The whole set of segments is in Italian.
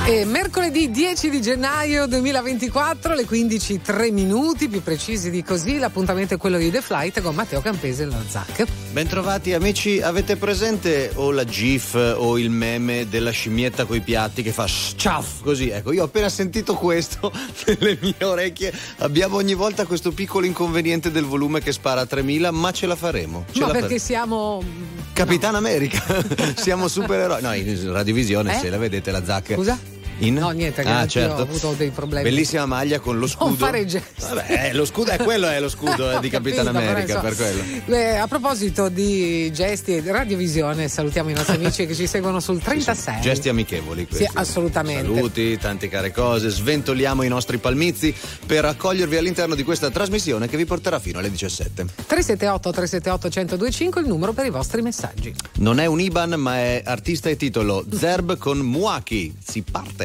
Mercoledì 10 di gennaio 2024, le 15:03, più precisi di così. L'appuntamento è quello di The Flight con Matteo Campese e la Zac. Bentrovati amici, avete presente o la gif o il meme della scimmietta coi piatti che fa sciaff così? Ecco, io ho appena sentito questo nelle mie orecchie. Abbiamo ogni volta questo piccolo inconveniente del volume che spara a 3000, ma ce la faremo. Perché siamo Capitan America. Siamo supereroi. No, in radiovisione se la vedete la Zac. Scusa? No, niente, certo. Ho avuto dei problemi. Bellissima maglia con lo scudo. Non fare gesti. Vabbè, lo scudo è quello, è lo scudo di Capitan America, per quello. A proposito di gesti e radiovisione, salutiamo i nostri amici che ci seguono sul 36. Gesti amichevoli questi. Sì, assolutamente. Saluti, tante care cose, sventoliamo i nostri palmizi per accogliervi all'interno di questa trasmissione che vi porterà fino alle 17. 378-378-1025 il numero per i vostri messaggi. Non è un IBAN, ma è artista e titolo Zerb con Muaki. Si parte.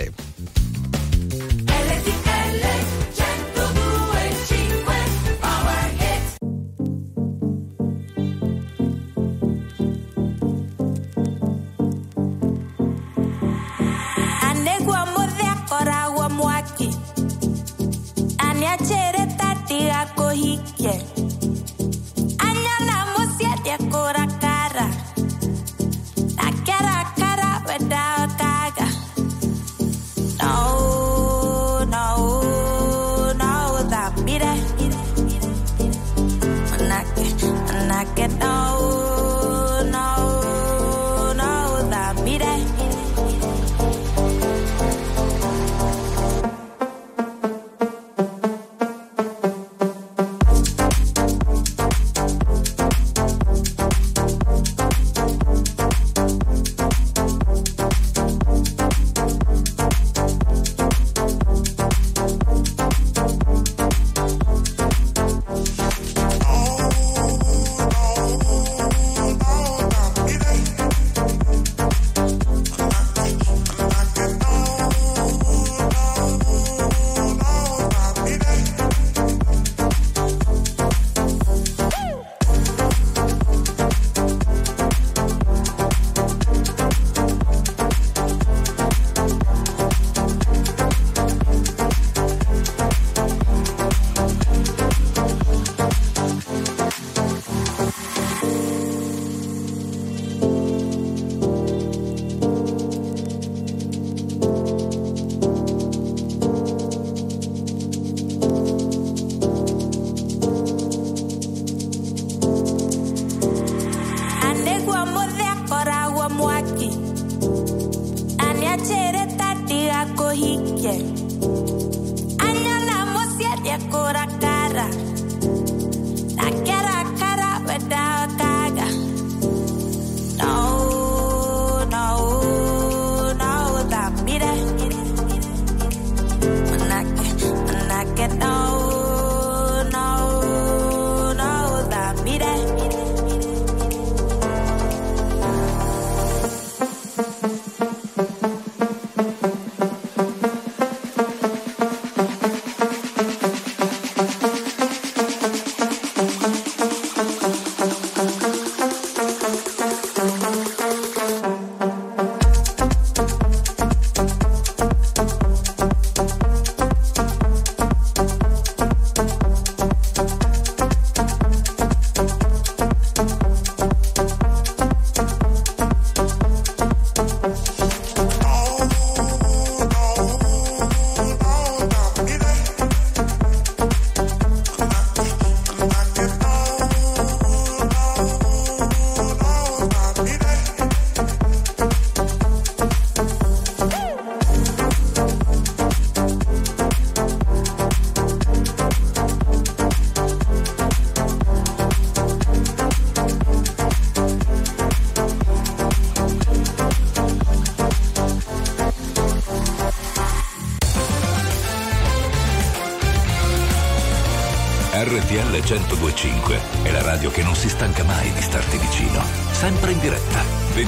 RTL 102.5 è la radio che non si stanca mai di starti vicino, sempre in diretta,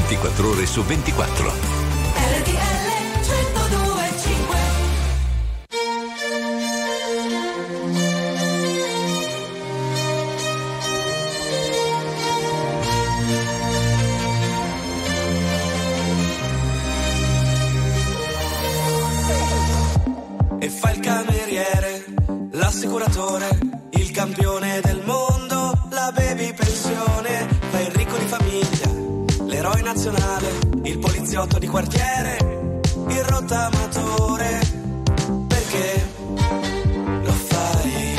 24 ore su 24. RTL 102.5. lavoratore, il campione del mondo, la baby pensione, fai il ricco di famiglia, l'eroe nazionale, il poliziotto di quartiere, il rottamatore, perché lo fai?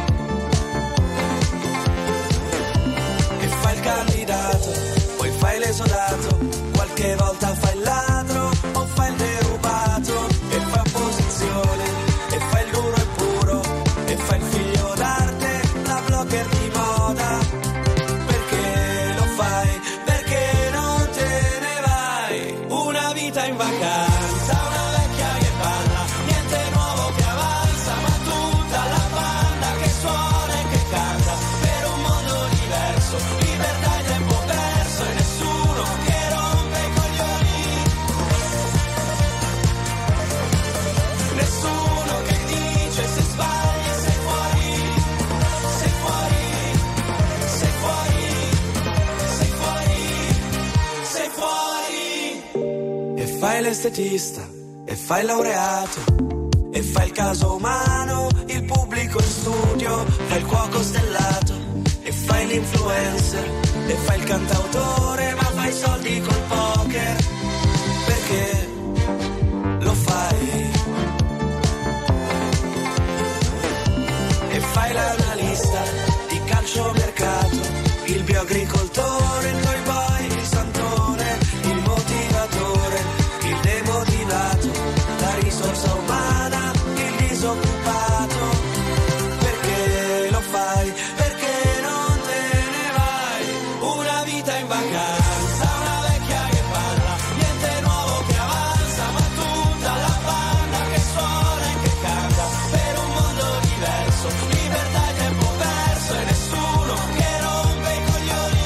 E fai il candidato, poi fai l'esodato, qualche volta fai il ladro o fai il derubato, e fai opposizione, e fai il duro e puro, e fai il figlio d'arte, la blogger di moda, perché lo fai? Perché non te ne vai? Una vita in vacanza, una vecchia che parla, niente nuovo che avanza, ma tutta la banda che suona e che canta, per un mondo diverso, libertà e tempo perso, e nessuno che rompe i coglioni, nessuno che dice se sbagli sei fuori, sei fuori, sei fuori, sei fuori, sei fuori. E fai l'estetista, e fai il laureato, e fai il caso umano, il pubblico in studio, fai il cuoco stellato, e fai l'influencer, e fai il cantautore, ma fai soldi col poker, perché lo fai? E fai l'analista di calciomercato, il bioagricoltore, il toy boy, il santone, il motivatore, il demotivato, la risorsa umana, il disoccupato, perché lo fai? Perché non te ne vai? Una vita in vacanza, una vecchia che parla, niente nuovo che avanza, ma tutta la banda che suona e che canta, per un mondo diverso, libertà e tempo perso, e nessuno che rompe i coglioni,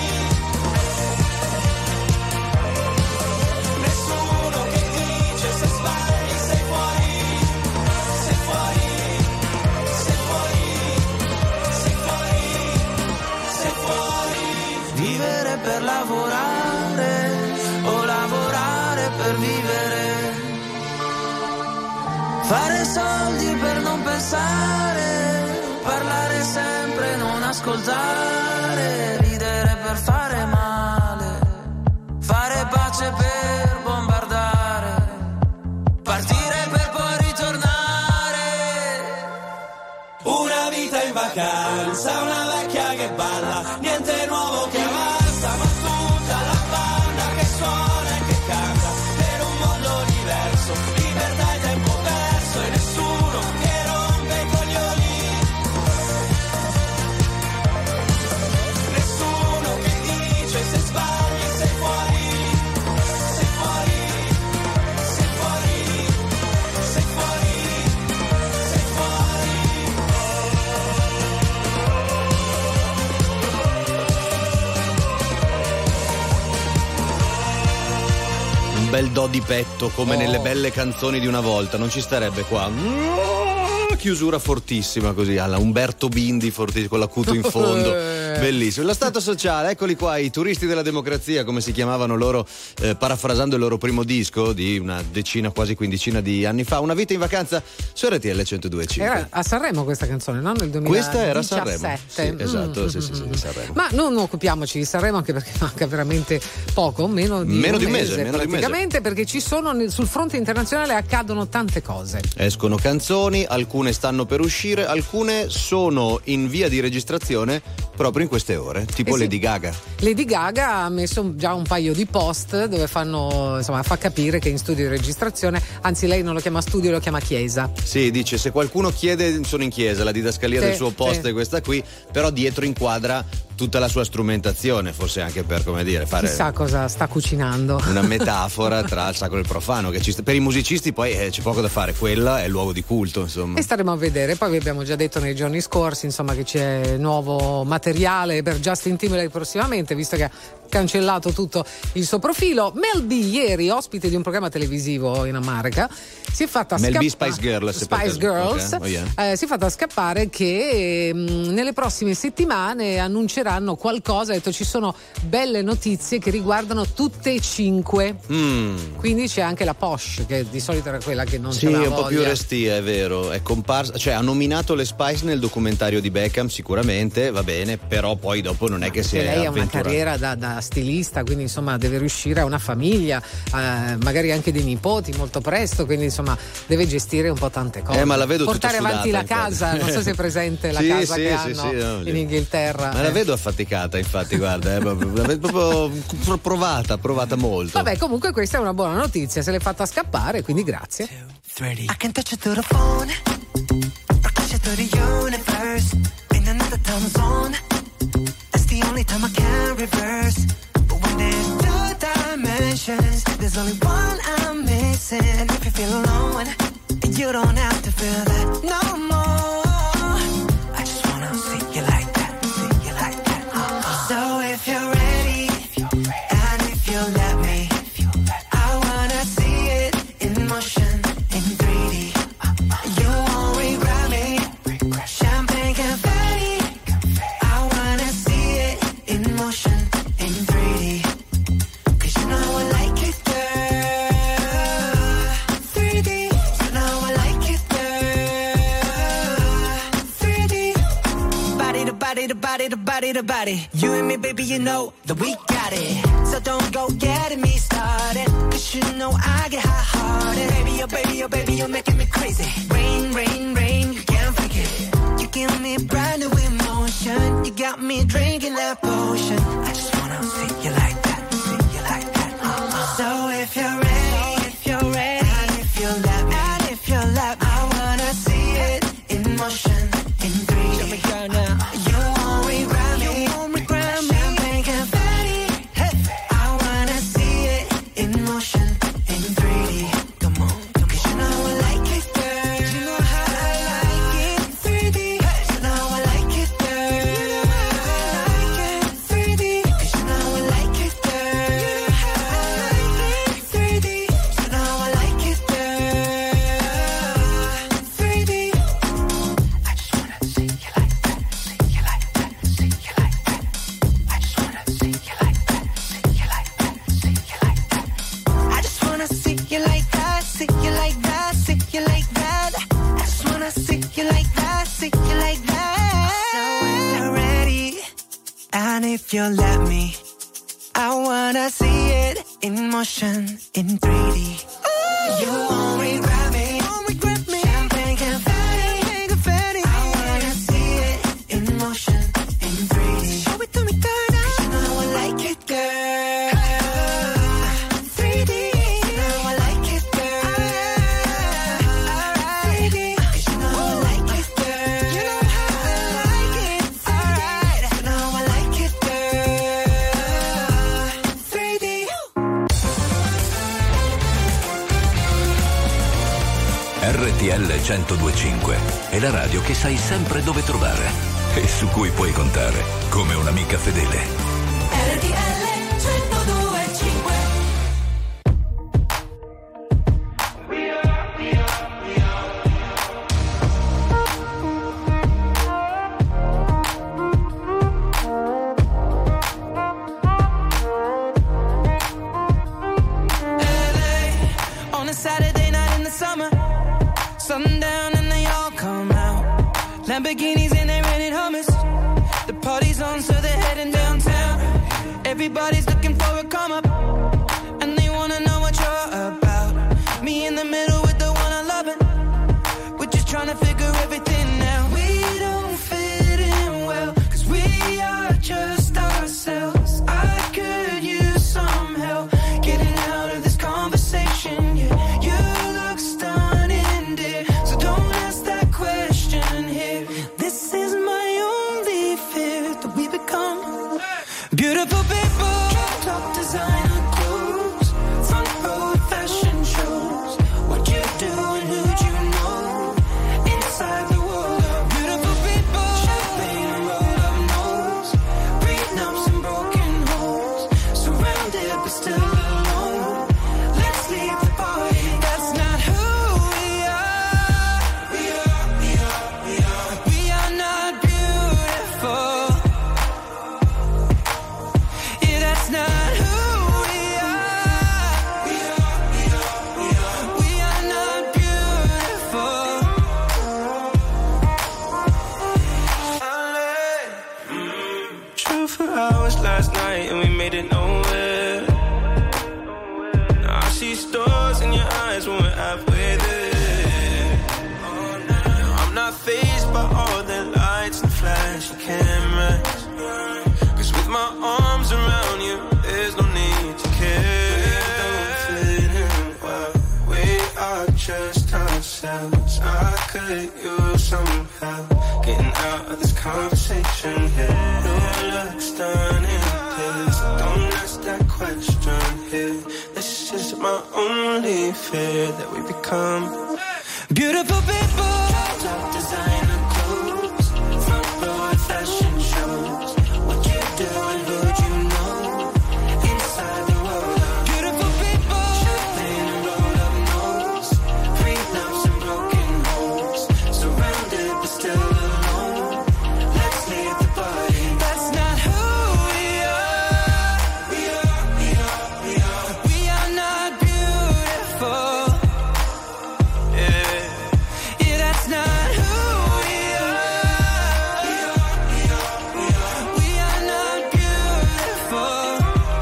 nessuno che dice se sbagli sei fuori, sei fuori, sei fuori, sei fuori, sei fuori. Vivere per lavorare o lavorare per vivere, fare soldi per non pensare, parlare sempre, non ascoltare, ridere per fare male, fare pace per bombardare, partire per poi ritornare. Una vita in vacanza, una vecchia che balla, niente nuovo che avanza, ma tutta la banda che suona e che canta, per un mondo diverso, libertà e tempo perso, e nessuno che rompe i coglioni, nessuno che dice se sbagli sei fuori, sei fuori, sei fuori, sei fuori, sei fuori. Un bel do di petto come nelle belle canzoni di una volta, non ci starebbe qua. Chiusura fortissima così, alla Umberto Bindi fortissimo con l'acuto in fondo, bellissimo. Lo stato sociale, eccoli qua, i turisti della democrazia, come si chiamavano loro, parafrasando il loro primo disco di una decina, quasi quindicina di anni fa, Una vita in vacanza su RTL 102.5. Era a Sanremo questa canzone, no? Nel 2017. Questa era Sanremo. Sì, esatto, sì, Sanremo. Ma non occupiamoci di Sanremo, anche perché manca veramente poco, meno di un mese praticamente, perché ci sono sul fronte internazionale accadono tante cose. Escono canzoni, alcune stanno per uscire, alcune sono in via di registrazione proprio in queste ore, tipo sì. Lady Gaga. Lady Gaga ha messo già un paio di post dove fa capire che in studio di registrazione, anzi lei non lo chiama studio, lo chiama chiesa. Sì, dice se qualcuno chiede sono in chiesa, la didascalia del suo post è questa qui, però dietro inquadra tutta la sua strumentazione, forse anche per, come dire, fare chissà cosa sta cucinando, una metafora tra il sacro e il profano, che per i musicisti poi c'è poco da fare, quella è il luogo di culto, insomma. E staremo a vedere. Poi vi abbiamo già detto nei giorni scorsi, insomma, che c'è nuovo materiale per Justin Timberlake prossimamente, visto che cancellato tutto il suo profilo. Mel B, ieri ospite di un programma televisivo in America, si è fatta Mel B, scappare Spice Girls, okay. Si è fatta scappare che nelle prossime settimane annunceranno qualcosa. Ha detto ci sono belle notizie che riguardano tutte e 5. Quindi c'è anche la Posh, che di solito era quella che non ce l'ha un voglia. po' più restia, è vero, è comparsa, cioè ha nominato le Spice nel documentario di Beckham, sicuramente, va bene, però poi dopo non è che si è lei ha una avventurata. carriera da stilista, quindi insomma deve riuscire a una famiglia, magari anche dei nipoti molto presto, quindi insomma deve gestire un po' tante cose. Ma la vedo portare tutta avanti sudata, la casa, infatti. non so se è presente la Sì, casa sì, che sì, hanno in Inghilterra. Ma la vedo affaticata, infatti, guarda, proprio provata molto. Vabbè, comunque questa è una buona notizia, se l'è fatta scappare, quindi grazie. I can touch you through the phone, or touch you through the universe, in another time zone. That's the only time I can reverse. But when there's two dimensions, there's only one I'm missing. And if you feel alone, you don't have to feel that no more. I just wanna see you like that, see you like that. So if you're ready, and if you let me, I wanna see it in motion. In 3D, you won't regret me. Champagne confetti, I wanna see it in motion. In 3D, 'cause you know I like it, girl. 3D, you know I like it, girl. 3D, body to body to body to body to body. You and me, baby, you know that we got it. So don't go getting me started, 'cause you know I get hot-hearted. Baby, oh baby, oh baby, you're making me crazy. Rain, rain, rain, you can't fake it. You give me brand new emotion. You got me drinking that potion. I just wanna see you like that, see you like that. So if you're ready, and if you let me, I wanna see it in motion, in 3D. Show me girl now. You won't regret me, Champagne confetti, hey. I wanna see it in motion, in 3D. Come on, 'cause you know I like it, girl. You know how I like it, 3D. You know I like it, girl. You know how I like it, 3D. 'Cause you know I like it, girl. You know how I like it, 3D. You know I like it, girl. 3D. I just wanna see you like that, see you like that, see you like that. I just wanna see you like that, see you like that, see you like that. I just wanna see you like that, see you like that, see you like that. I just wanna see you like that, see you like that. So if you're ready, and if you let me, I wanna see it in motion, in 3D. You won't regret me, Champagne confetti, I wanna see it in motion, in 3D. Show it to me, girl, now. 'Cause you know I like it, girl. 3D, you know I like it, girl. 3D, 'cause you know I like it, girl. You know how I like it, alright. You know I like it, girl. 3D. RTL 102.5 è la radio che sai sempre dove trovare e su cui puoi contare come un'amica fedele. RTL 102.5. On a Saturday night in the summer, sundown and they all come out. Lamborghinis and they rented Hummers. The party's on, so they're heading downtown. Everybody's looking for a come up, and they wanna know what you're about. Me in the middle with the one I love it. We're just trying to figure everything out. We don't fit in well, 'cause we are just ourselves. I could use some help getting out of this conversation. Yeah, you look stunning, dear, so don't ask that question here. This is my only fear, that we become beautiful people. Top designer clothes, front row fashion shows. What you do and who'd you know? Inside the world of beautiful people. Champagne and rolled up nose, prenups and broken homes. night and we made it nowhere. Now I see stars in your eyes when we're halfway there. Now I'm not fazed by all the lights and flashy cameras, 'cause with my arms around you, there's no need to care. We don't fit in well, we are just ourselves. I could use some help getting out of this conversation here. Your looks done in this, don't ask that question here. This is my only fear, that we become beautiful people. Top designer clothes, front row at fashion shows. What you doing, who'd you know? Inside the world of beautiful people. Champagne and rolled up nose, prenups and broken homes. Surrounded but still alone. Let's leave the party. That's not who we are. We are not beautiful. Yeah, that's not who we are. We are not beautiful.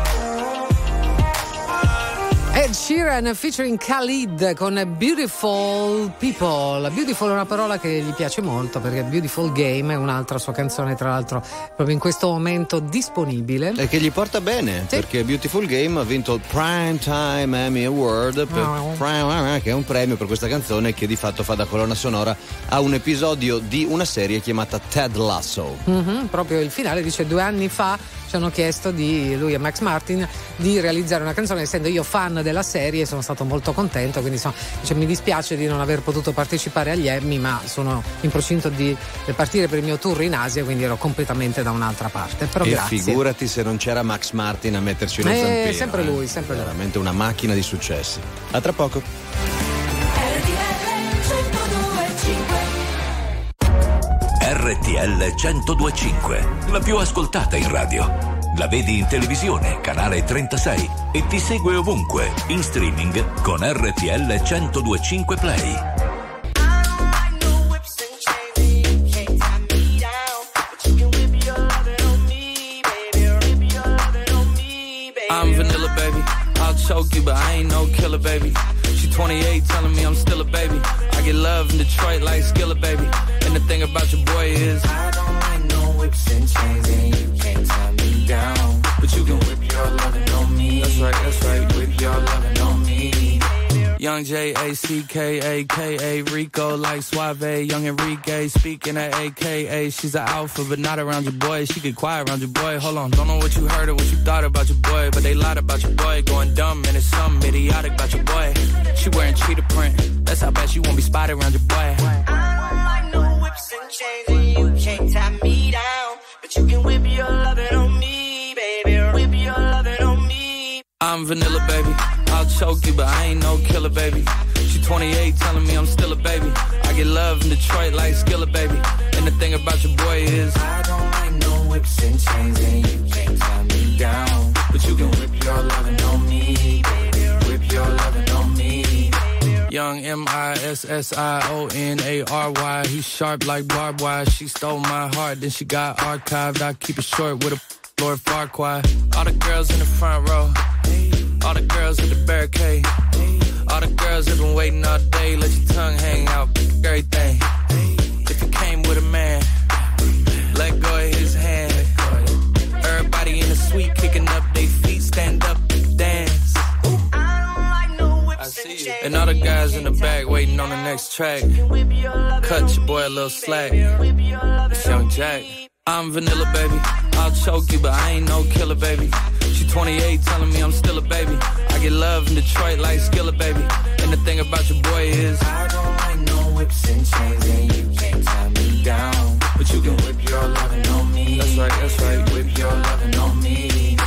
Ed Sheeran featuring Khalid con Beautiful People. Beautiful è una parola che gli piace molto, perché Beautiful Game è un'altra sua canzone, tra l'altro proprio in questo momento disponibile. E che gli porta bene, Sì. perché Beautiful Game ha vinto il Primetime Emmy Award, che è un premio per questa canzone che di fatto fa da colonna sonora a un episodio di una serie chiamata Ted Lasso. Proprio il finale dice: 2 anni fa ci hanno chiesto lui e Max Martin di realizzare una canzone, essendo io fan della serie sono stato molto contento, quindi mi dispiace di non aver potuto partecipare agli Emmy, ma sono in procinto di partire per il mio tour in Asia, quindi ero completamente da un'altra parte. Però E grazie. figurati se non c'era Max Martin a metterci lo zampino. Sempre lui, sempre lui. Veramente una macchina di successi. A tra poco. RTL 102.5, la più ascoltata in radio. La vedi in televisione, canale 36, e ti segue ovunque, in streaming con RTL 102.5 Play. I'm vanilla, baby. I'll choke you, but I ain't no killer, baby. She 28, telling me I'm still a baby. I get love in Detroit like Skillet, baby. And the thing about your boy is I don't like no whips and chains, and you can't tie me down. But you can whip your lovin' on me. That's right, whip your lovin' on me. Young J-A-C-K-A-K-A, Rico like Suave, Young Enrique, speaking at AKA. She's an alpha, but not around your boy. She get quiet around your boy. Hold on, don't know what you heard or what you thought about your boy, but they lied about your boy. Going dumb, and it's something idiotic about your boy. She wearing cheetah print, that's how bad she won't be spotted around your boy. I don't like no whips and chains, and you can't tie me down. But you can whip your lovin' on me, baby. Whip your lovin' on me. I'm vanilla, baby. I'll choke you, but I ain't no killer, baby. She 28, telling me I'm still a baby. I get love in Detroit like Skillet, baby. And the thing about your boy is I don't like no whips and chains, and you can't tie me down. But you can whip your lovin' on me, baby. Whip your lovin' on me. Young M-I-S-S-I-O-N-A-R-Y. He's sharp like barbed wire. She stole my heart, then she got archived. I keep it short with a Lord Farquaad. All the girls in the front row, all the girls at the barricade, all the girls have been waiting all day. Let your tongue hang out, everything. If you came with a man, let go of his hand. Everybody in the suite kicking up their feet, stand up, dance. I see you. And all the guys in the back waiting on the next track. Cut your boy a little slack. It's Young Jack. I'm vanilla, baby. I'll choke you, but I ain't no killer, baby. She 28, telling me I'm still a baby. I get love in Detroit like Skillet, baby. And the thing about your boy is I don't like no whips and chains, and you can't tie me down. But you can whip your lovin' on me. That's right, whip your lovin' on me.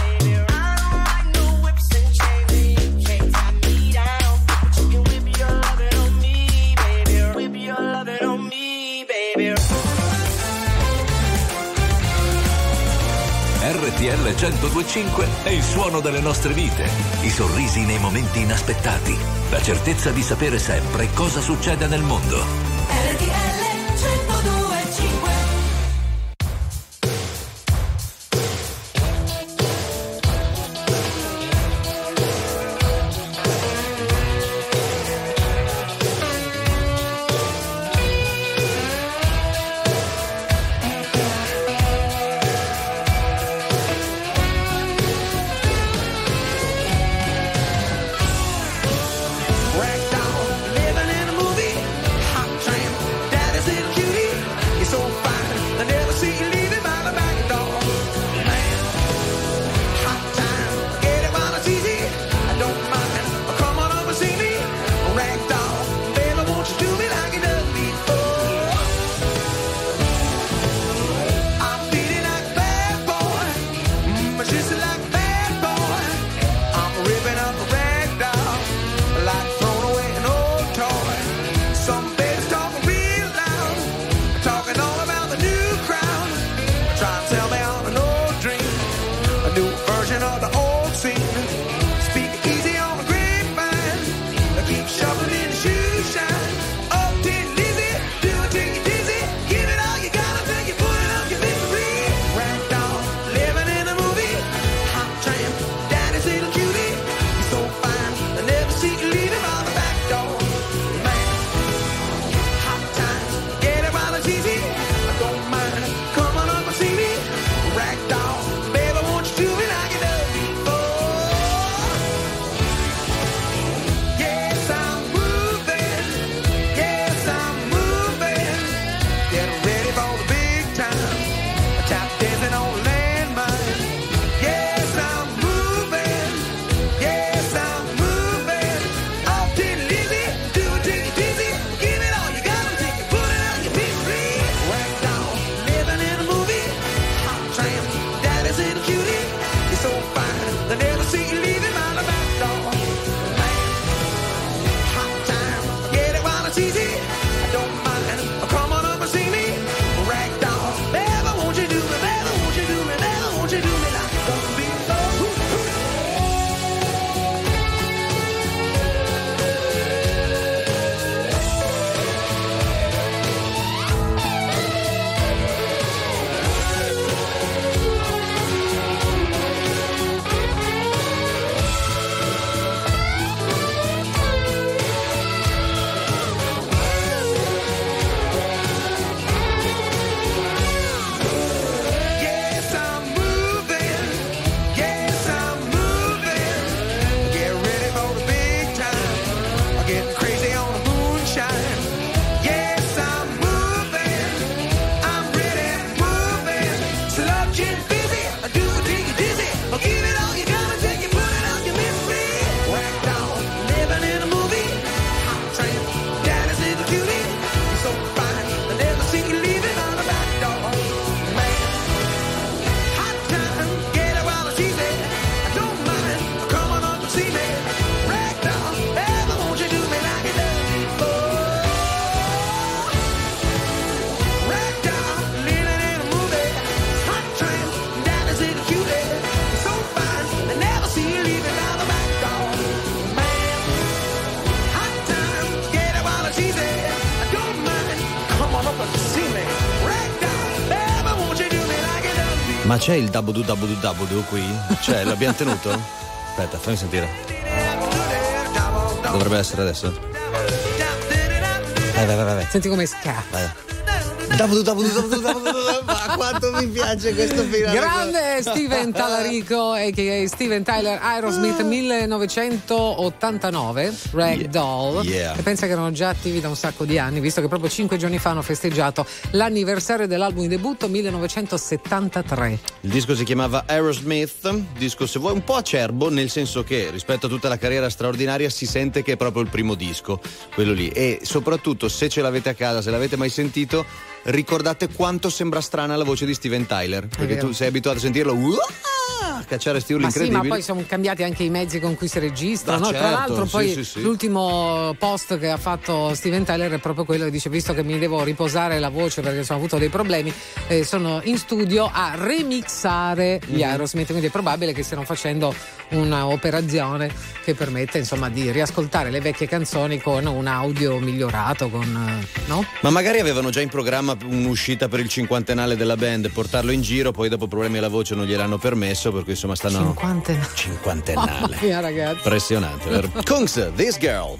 RTL 102.5 è il suono delle nostre vite, i sorrisi nei momenti inaspettati, la certezza di sapere sempre cosa succede nel mondo. RTL 102.5. Ma c'è il www qui? C'è, l'abbiamo tenuto? Aspetta, fammi sentire. Dovrebbe essere adesso. Vai. Senti come scappa. Ma quanto mi piace questo finale. Grande Steven Talarico a.k.a. Steven Tyler, Aerosmith 1989, Ragdoll. Yeah. E pensa che erano già attivi da un sacco di anni, visto che proprio 5 giorni fa hanno festeggiato l'anniversario dell'album di debutto 1973. Il disco si chiamava Aerosmith, disco se vuoi un po' acerbo, nel senso che rispetto a tutta la carriera straordinaria si sente che è proprio il primo disco, quello lì. E soprattutto se ce l'avete a casa, se l'avete mai sentito, ricordate quanto sembra strana la voce di Steven Tyler, perché tu sei abituato a sentirlo cacciare sti urli incredibili. Sì, ma poi sono cambiati anche i mezzi con cui si registra, no? Certo, tra l'altro poi sì. l'ultimo post che ha fatto Steven Tyler è proprio quello che dice: visto che mi devo riposare la voce perché ho avuto dei problemi, sono in studio a remixare gli Aerosmith, quindi è probabile che stiano facendo un'operazione che permette insomma di riascoltare le vecchie canzoni con un audio migliorato, no? Ma magari avevano già in programma un'uscita per il cinquantennale della band, portarlo in giro, poi dopo problemi alla voce non gliel'hanno permesso, per cui insomma stanno cinquantennale. Mamma mia, ragazzi, impressionante, vero? Kungs, This Girl.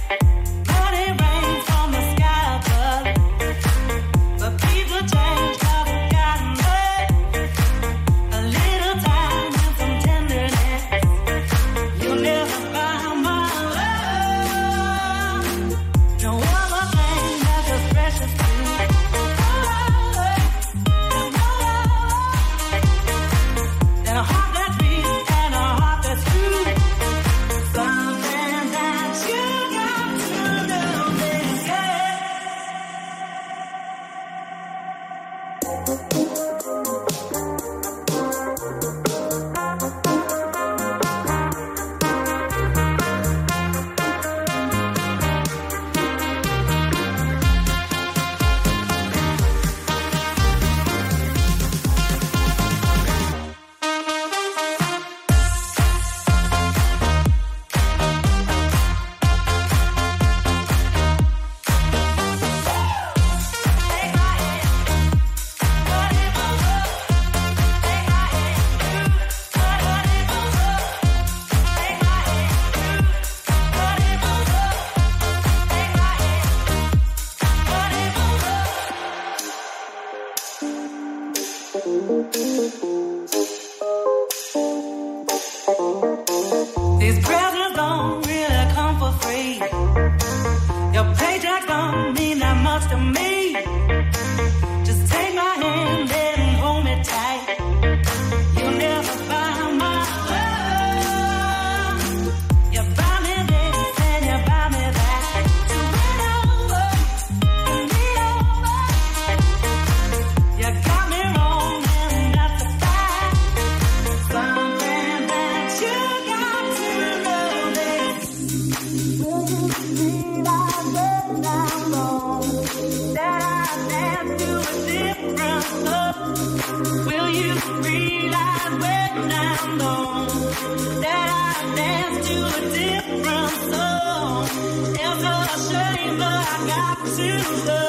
These presents don't really come for free. Your paycheck don't mean that much to me. Just take my hand and hold me tight. You'll never find my love. You buy me this and you buy me that. So win over, lean over. You got me wrong and that's a fact. Something that you got to know this. Will you realize when I'm gone that I dance to a different song? It's a shame, but I got to know.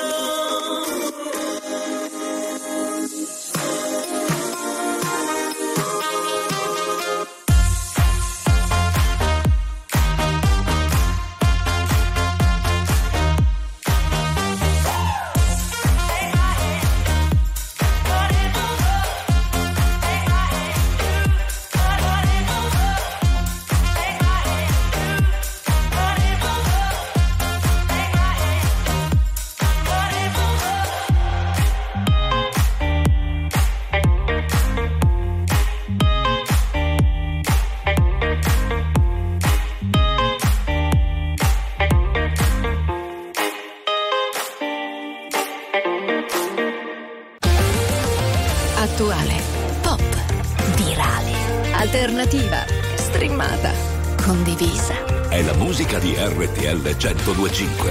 Attuale, pop, virale, alternativa, streamata, condivisa. È la musica di RTL 102.5.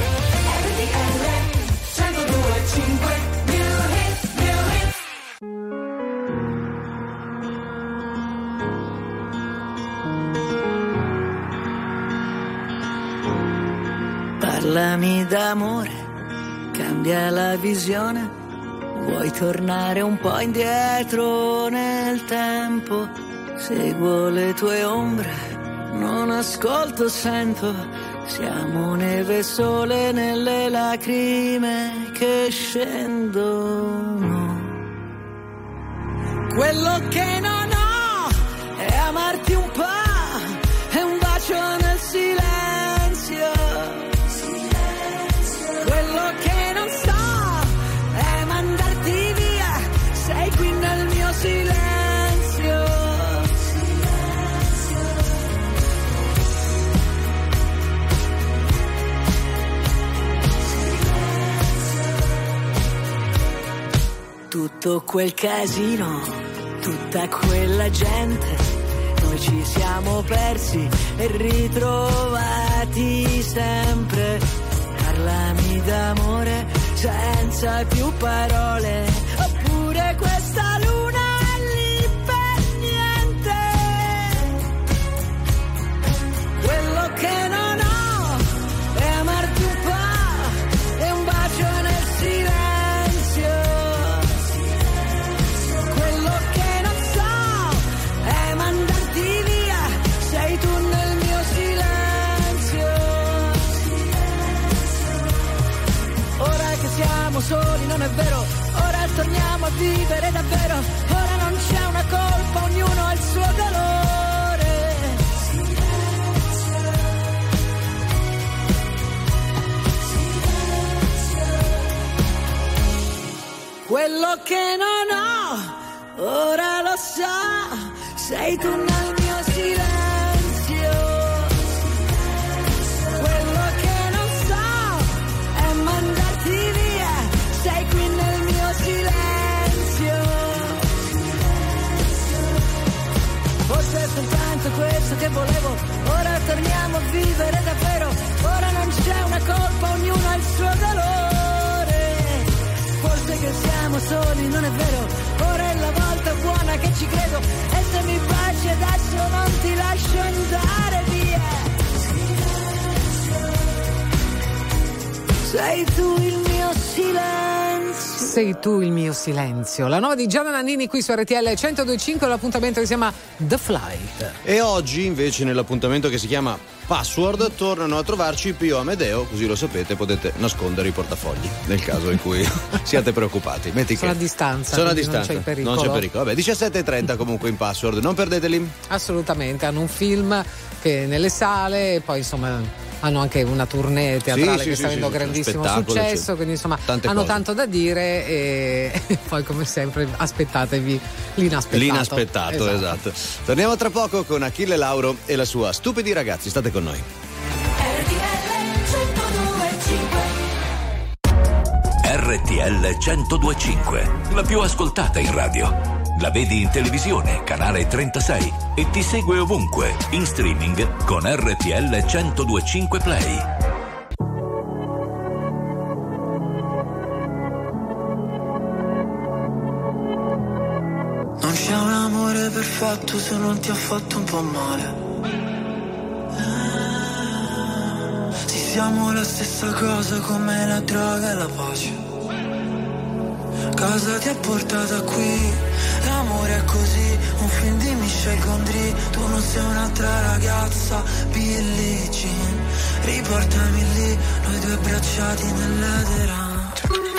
Parlami d'amore, cambia la visione, Vuoi tornare un po' indietro nel tempo? Seguo le tue ombre, non ascolto, sento. Siamo neve e sole nelle lacrime che scendono. Quello che non ho è amarti un po', è un bacio nel silenzio. Quello che non so è mandarti via, sei qui nel mio silenzio. Tutto quel casino, tutta quella gente, noi ci siamo persi e ritrovati sempre. Parlami d'amore senza più parole, oppure questa luna è lì per niente. Quello che non ho è amarti un po', è un bacio nel silenzio. Quello che non so è mandarti via, sei tu nel mio silenzio. Ora che siamo soli non è vero, ora torniamo a vivere davvero, ora non c'è una colpa, ognuno ha il suo dolore. Quello che non ho, ora lo so, sei tu nel mio silenzio. Quello che non so è mandarti via, sei qui nel mio silenzio. Forse è soltanto questo che volevo, ora torniamo a vivere davvero, ora non c'è una colpa, ognuno ha il suo dolore. Forse che siamo soli, non è vero, ora è la volta buona che ci credo, e se mi baci adesso non ti lascio andare via. Sei tu il mio silenzio. Sei tu il mio silenzio. La nuova di Gianna Nannini qui su RTL 102.5, l'appuntamento che si chiama The Flight. E oggi invece nell'appuntamento che si chiama Password tornano a trovarci Pio Amedeo, così lo sapete, potete nascondere i portafogli nel caso in cui siate preoccupati. Sono a distanza. Sono a distanza. Non c'è pericolo. Non c'è pericolo. Vabbè, 17.30 comunque in Password, non perdeteli. Assolutamente, hanno un film che nelle sale e poi insomma hanno anche una tournée teatrale che sta avendo grandissimo successo, quindi insomma hanno tanto da dire e poi come sempre aspettatevi l'inaspettato. Esatto. Torniamo tra poco con Achille Lauro e la sua Stupidi ragazzi, state con noi. RTL 102.5, la più ascoltata in radio. La vedi in televisione, canale 36, e ti segue ovunque, in streaming con RTL 102.5 Play. Non c'è un amore perfetto se non ti ha fatto un po' male. Sì, siamo la stessa cosa come la droga e la pace. Cosa ti ha portato qui? L'amore è così, un film di Michel Gondry. Tu non sei un'altra ragazza, Billie Jean. Riportami lì, noi due abbracciati nell'edera.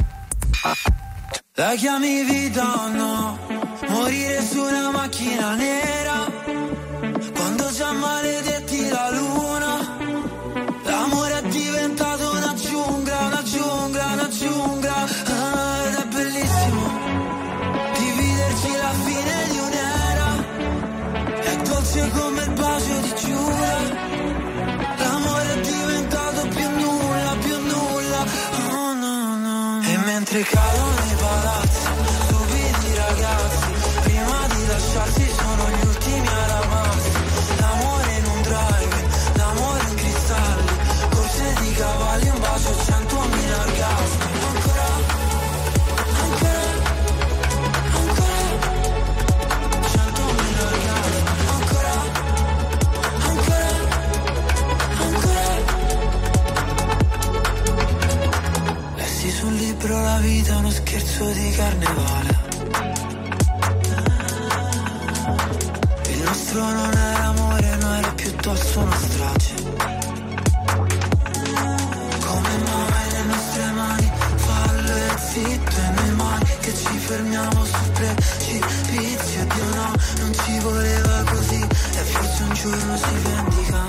La chiami vita o no? Morire su una macchina nera, quando già maledetti la luna. L'amore è diventato una giungla, una giungla, una giungla. Ed è bellissimo dividerci la fine di un'era. È dolce come il bacio di Giura. L'amore è diventato più nulla, più nulla. Oh no, no. E mentre cadono i palazzi, stupidi ragazzi, prima di lasciarsi sono gli ultimi a ramarsi. L'amore in un drive, l'amore in cristalli, corse di cavalli, un bacio, 100.000 orgasmi. Ancora, ancora, ancora, 100.000 orgasmi. Ancora, ancora, ancora. Lessi sul libro la vita senso di carnevale. Il nostro non era amore, no, era piuttosto una strage. Come mai le nostre mani fallo e zitto, e noi mai che ci fermiamo sul precipizio. Dio no, non ci voleva così, e forse un giorno si vendica.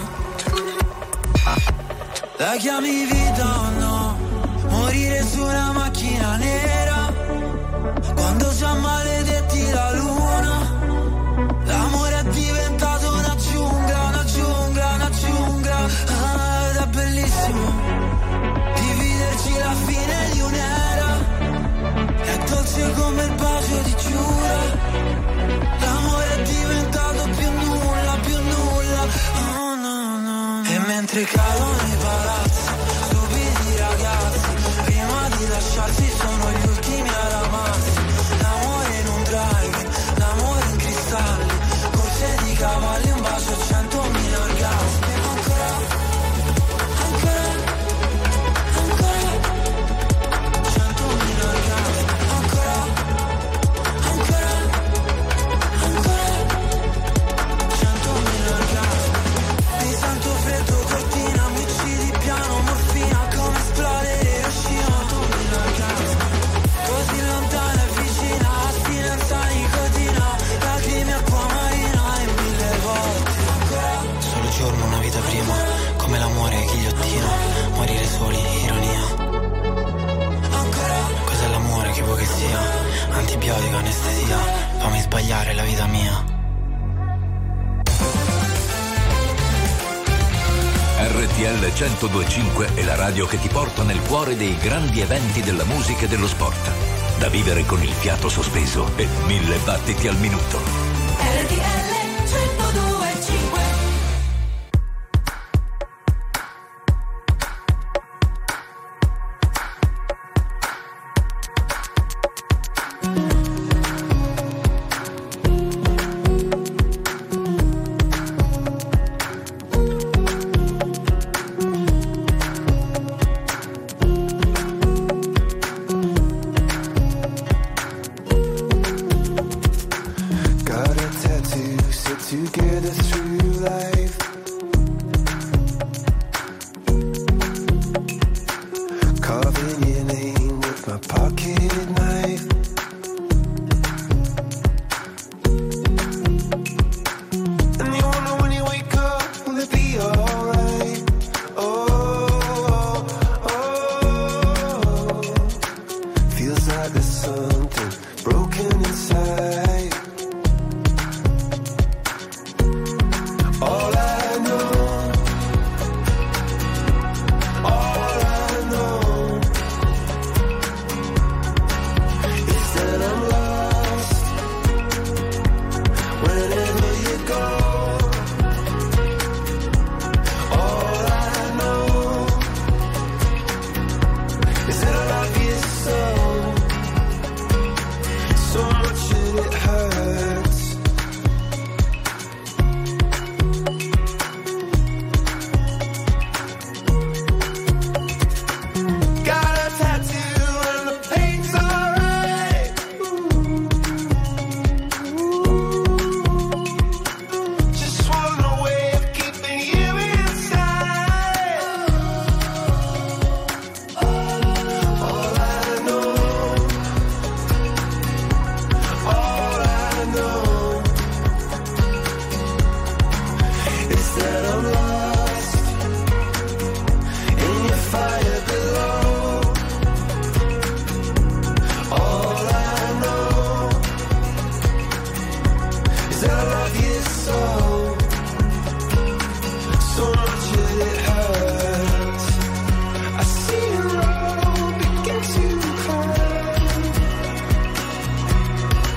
La chiami vita o no? Morire su una macchina nera, quando già maledetti la luna. L'amore è diventato una giungla, una giungla, una giungla. Ed è bellissimo dividerci la fine di un'era. È dolce come il bacio di Giura. L'amore è diventato più nulla, più nulla. Oh no, no. E mentre cadono i palazzi, stupidi ragazzi, prima di lasciarsi sono gli ultimi ad amarsi. L'amore in un drive, l'amore in cristalli, corse di cavalli, un bacio, 100.000 orgasmi. Ancora, ancora, ancora, 100.000 orgasmi. Ancora, ancora, ancora, 100.000 orgasmi. Mi sento freddo, cortina, mi uccidi piano, morfina, come esplode Hiroshima. 100.000 orgasmi. Così lontana e vicina, astinenza, nicotina, lacrime, acqua marina e 1000 volte. Ancora, solo giorno, una vita prima, come l'amore, ghigliottina, morire soli, ironia. Ancora, cos'è l'amore, che vuoi che sia? Antibiotico, anestesia, fammi sbagliare la vita mia. RTL 102.5 è la radio che ti porta nel cuore dei grandi eventi della musica e dello sport. Da vivere con il fiato sospeso e 1000 battiti al minuto. RTL 102.5.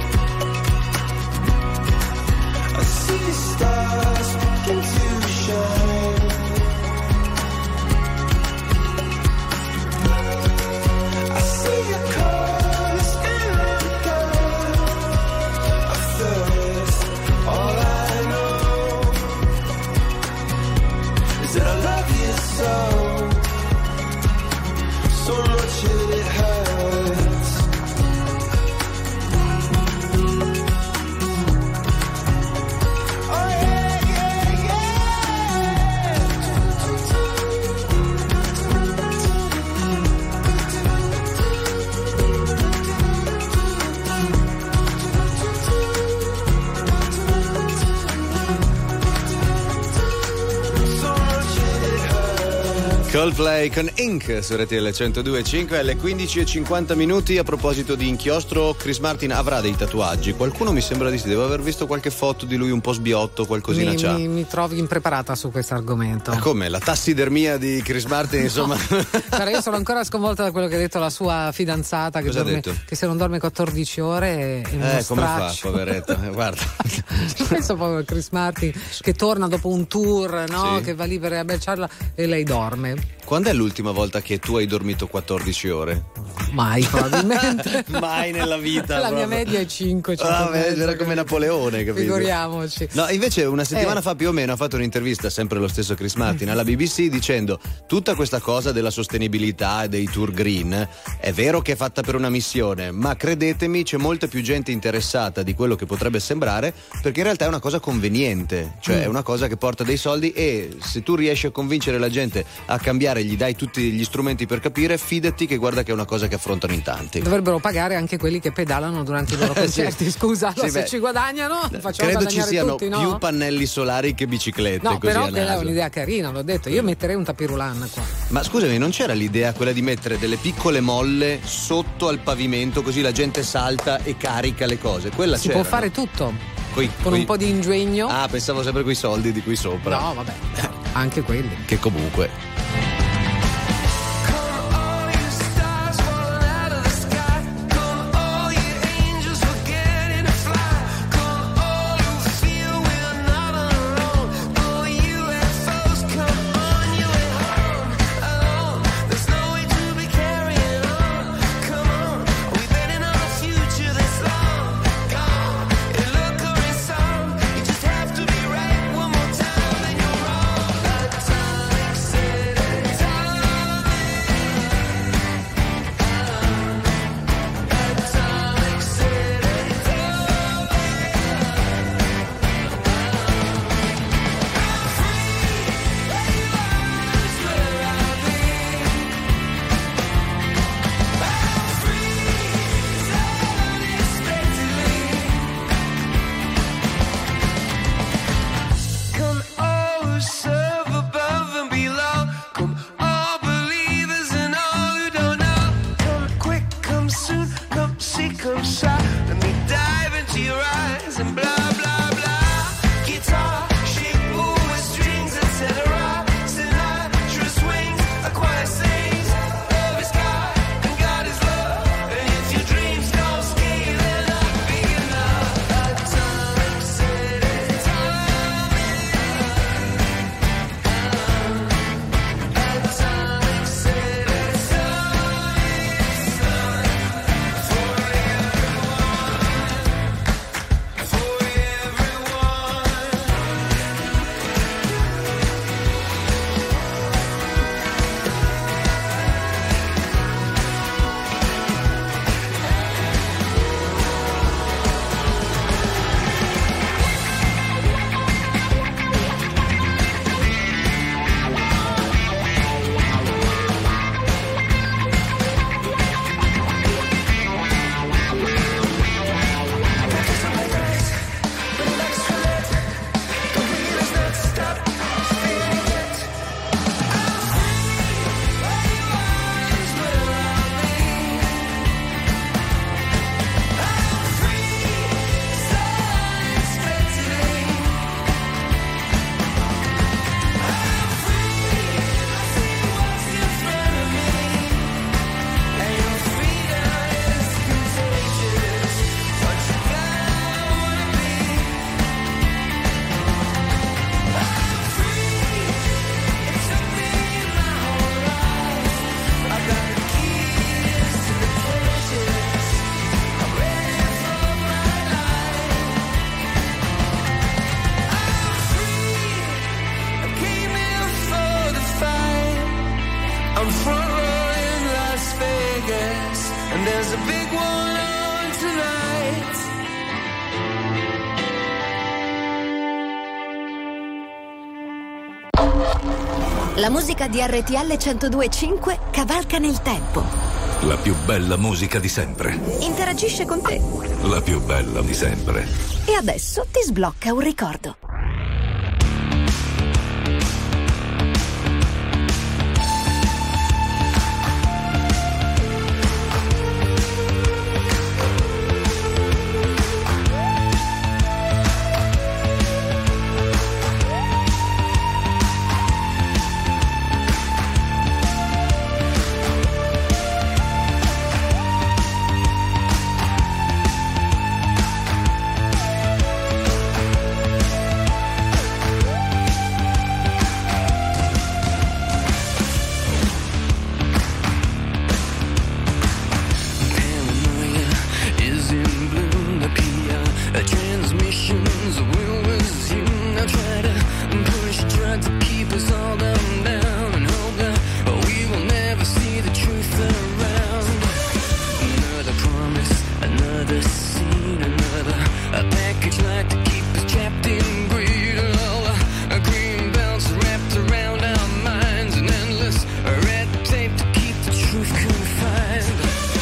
Stars begin to shine. Coldplay con Ink su RTL 102.5 alle 15:50. A proposito di inchiostro, Chris Martin avrà dei tatuaggi. Qualcuno mi sembra di sì, devo aver visto qualche foto di lui un po' sbiotto, qualcosina c'ha. Mi trovi impreparata su questo argomento. Come? La tassidermia di Chris Martin, insomma. Guarda, io sono ancora sconvolta da quello che ha detto la sua fidanzata, che se non dorme 14 ore è uno come fa, straccio. poveretto? Guarda. Penso proprio a Chris Martin che torna dopo un tour, no? Sì. Che va lì per abbracciarla e lei dorme. Quando è l'ultima volta che tu hai dormito 14 ore? Mai, probabilmente. Mai nella vita. La mia proprio. media è 5. Era come Napoleone, capito? Figuriamoci. No, invece una settimana fa più o meno ha fatto un'intervista, sempre lo stesso Chris Martin, alla BBC, dicendo tutta questa cosa della sostenibilità e dei tour green è vero che è fatta per una missione, ma credetemi c'è molta più gente interessata di quello che potrebbe sembrare, perché in realtà è una cosa conveniente, cioè è una cosa che porta dei soldi, e se tu riesci a convincere la gente a cambiare, gli dai tutti gli strumenti per capire, fidati che guarda che è una cosa che affrontano in tanti. Dovrebbero pagare anche quelli che pedalano durante i loro concerti. Scusa, Sì, se ci guadagnano, facciamo credo guadagnare ci siano tutti, no? più pannelli solari che biciclette. No, così però a quella è naso. un'idea carina, l'ho detto. Io metterei un tapirulan qua. Ma scusami, non c'era l'idea quella di mettere delle piccole molle sotto al pavimento, così la gente salta e carica le cose? Quella Si c'era, può fare no? tutto con un po' di ingegno. Ah, pensavo sempre quei soldi di qui sopra. No, vabbè, anche quelli. Che comunque. La musica di RTL 102.5 cavalca nel tempo. La più bella musica di sempre. Interagisce con te. La più bella di sempre. E adesso ti sblocca un ricordo. hard to keep us all dumb down and hope that we will never see the truth around. Another promise, another scene, another a package like to keep us trapped in greed. All the green belts wrapped around our minds, an endless red tape to keep the truth confined.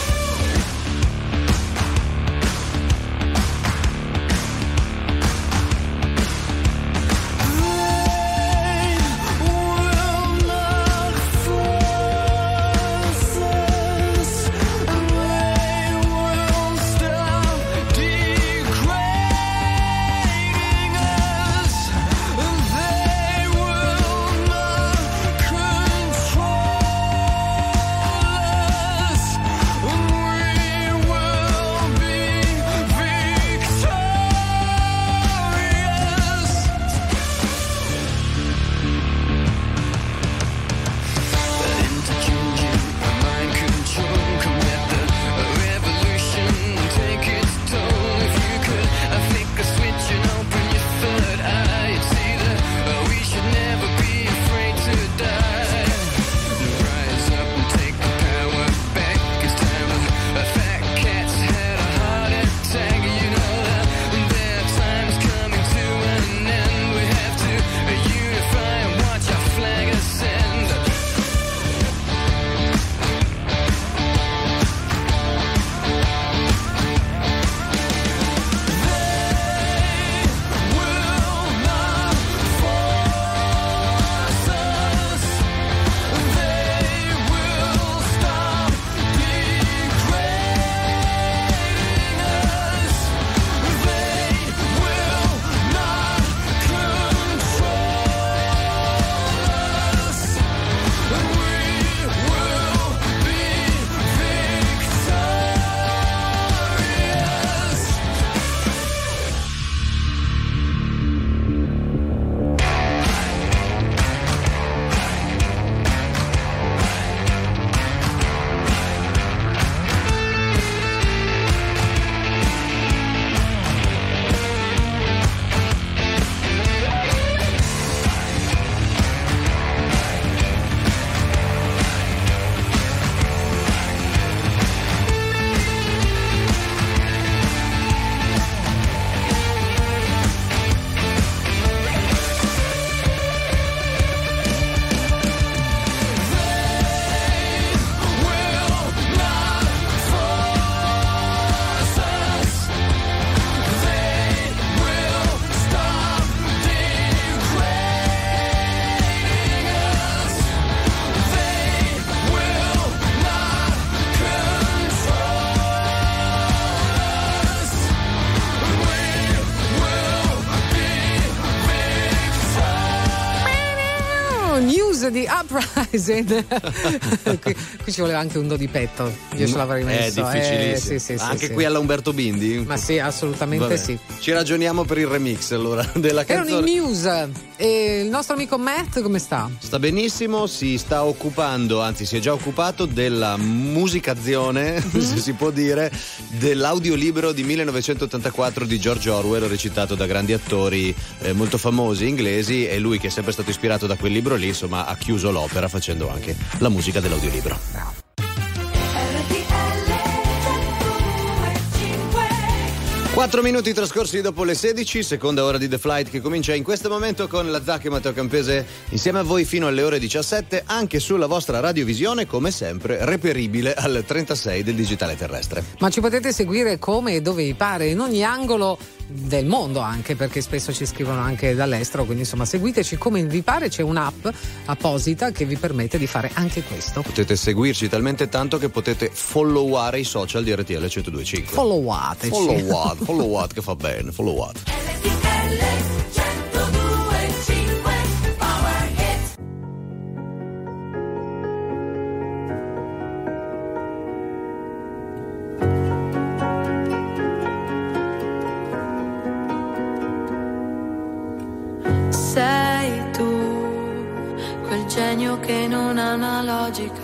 Di Uprising. qui ci voleva anche un do di petto, io ce l'avrei messo. È difficilissimo. Sì, anche sì, qui alla Umberto Bindi? Ma sì, assolutamente. Vabbè. Sì. Ci ragioniamo per il remix allora della canzone. Erano i Muse e il nostro amico Matt come sta? Sta benissimo, si sta occupando, anzi si è già occupato della musicazione, se si può dire, dell'audiolibro di 1984 di George Orwell, recitato da grandi attori molto famosi inglesi, e lui, che è sempre stato ispirato da quel libro lì, insomma ha chiuso l'opera facendo anche la musica dell'audiolibro. Bravo. 4 minuti trascorsi dopo le 16, seconda ora di The Flight che comincia in questo momento con la Zacca e Matteo Campese insieme a voi fino alle ore 17, anche sulla vostra radiovisione, come sempre reperibile al 36 del digitale terrestre. Ma ci potete seguire come e dove vi pare, in ogni angolo del mondo, anche perché spesso ci scrivono anche dall'estero, quindi insomma seguiteci come vi pare. C'è un'app apposita che vi permette di fare anche questo. Potete seguirci talmente tanto che potete followare i social di RTL 102.5. Followateci. Followate che fa bene, followate. Sei tu, quel genio che non ha una logica.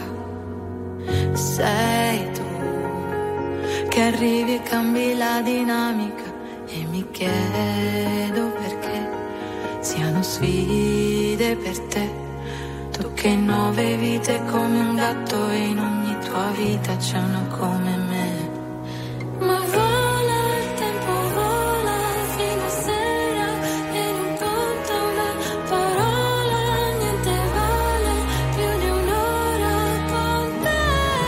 Sei tu, che arrivi e cambi la dinamica. E mi chiedo perché siano sfide vide per te. Tu che 9 vite come un gatto e in ogni tua vita c'è una come me. Ma vola il tempo, vola fino a sera e non conta una parola, niente vale più di un'ora con te.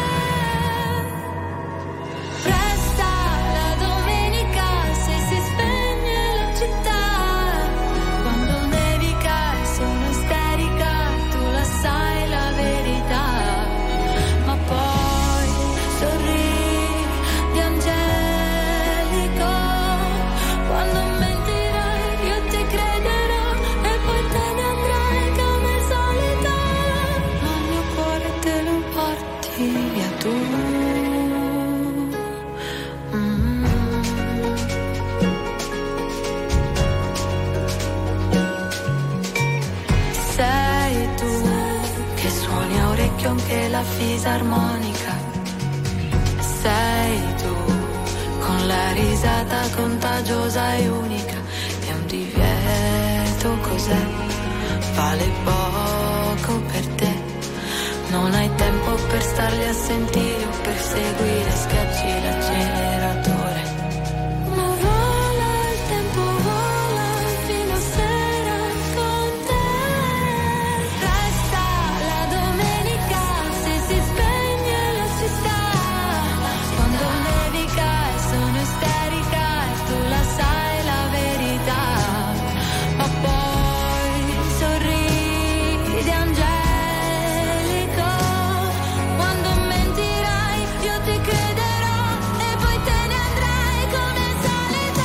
Resta la domenica se si spegne la città, quando nevica e sono isterica, tu la sai la verità, ma poi sorridi angelico, quando mentirai io ti crederò e poi te ne andrai come al solito, ma il mio cuore te lo porti via tu. Sei tu che suoni a orecchio anche la fisarmonica. Sei tu con la risata contagiosa e unica. È un divieto, cos'è? Vale poco per te. Non hai tempo per starli a sentire o per seguire, schiacci l'acceleratore. Ma vola il tempo, vola fino a sera con te. Resta la domenica se si spegne la città, quando nevica e sono isterica e tu la sai la verità, ma poi sorridi angelico, quando mentirai io ti crederò e poi te ne andrai come al solito.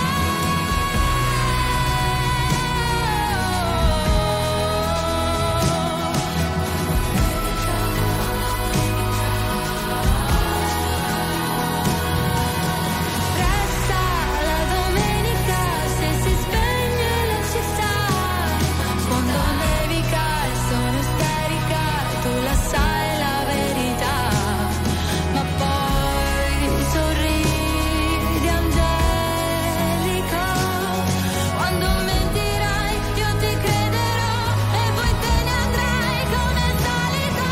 Resta la domenica se si spegne la città, quando nevica e sono isterica e tu la sai la verità, ma poi sorridi angelico, quando mentirai io ti crederò e poi te ne andrai come al solito.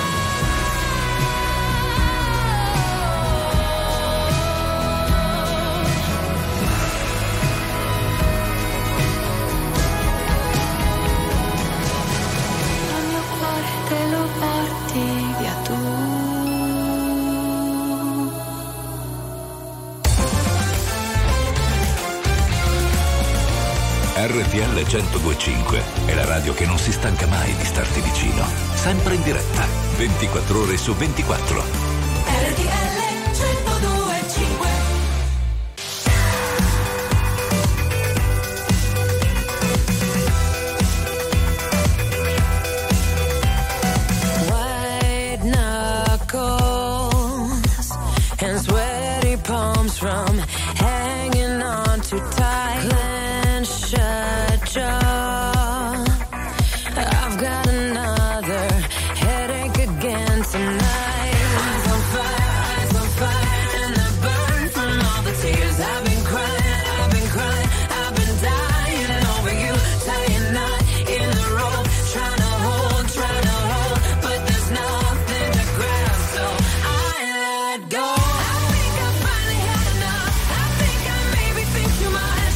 Il mio cuore te lo porti via tu. RTL 102.5 è la radio che non si stanca mai di starti vicino, sempre in diretta, 24 ore su 24. RTL 102.5. White knuckles and sweaty palms from hanging on too tight. Clenched shut jaw. I've got another headache again tonight. Eyes on fire, and I burn from all the tears I've been crying, I've been dying over you, tying knot in the rope, trying to hold, but there's nothing to grab, so I let go. I think I finally had enough. I think I maybe think too much.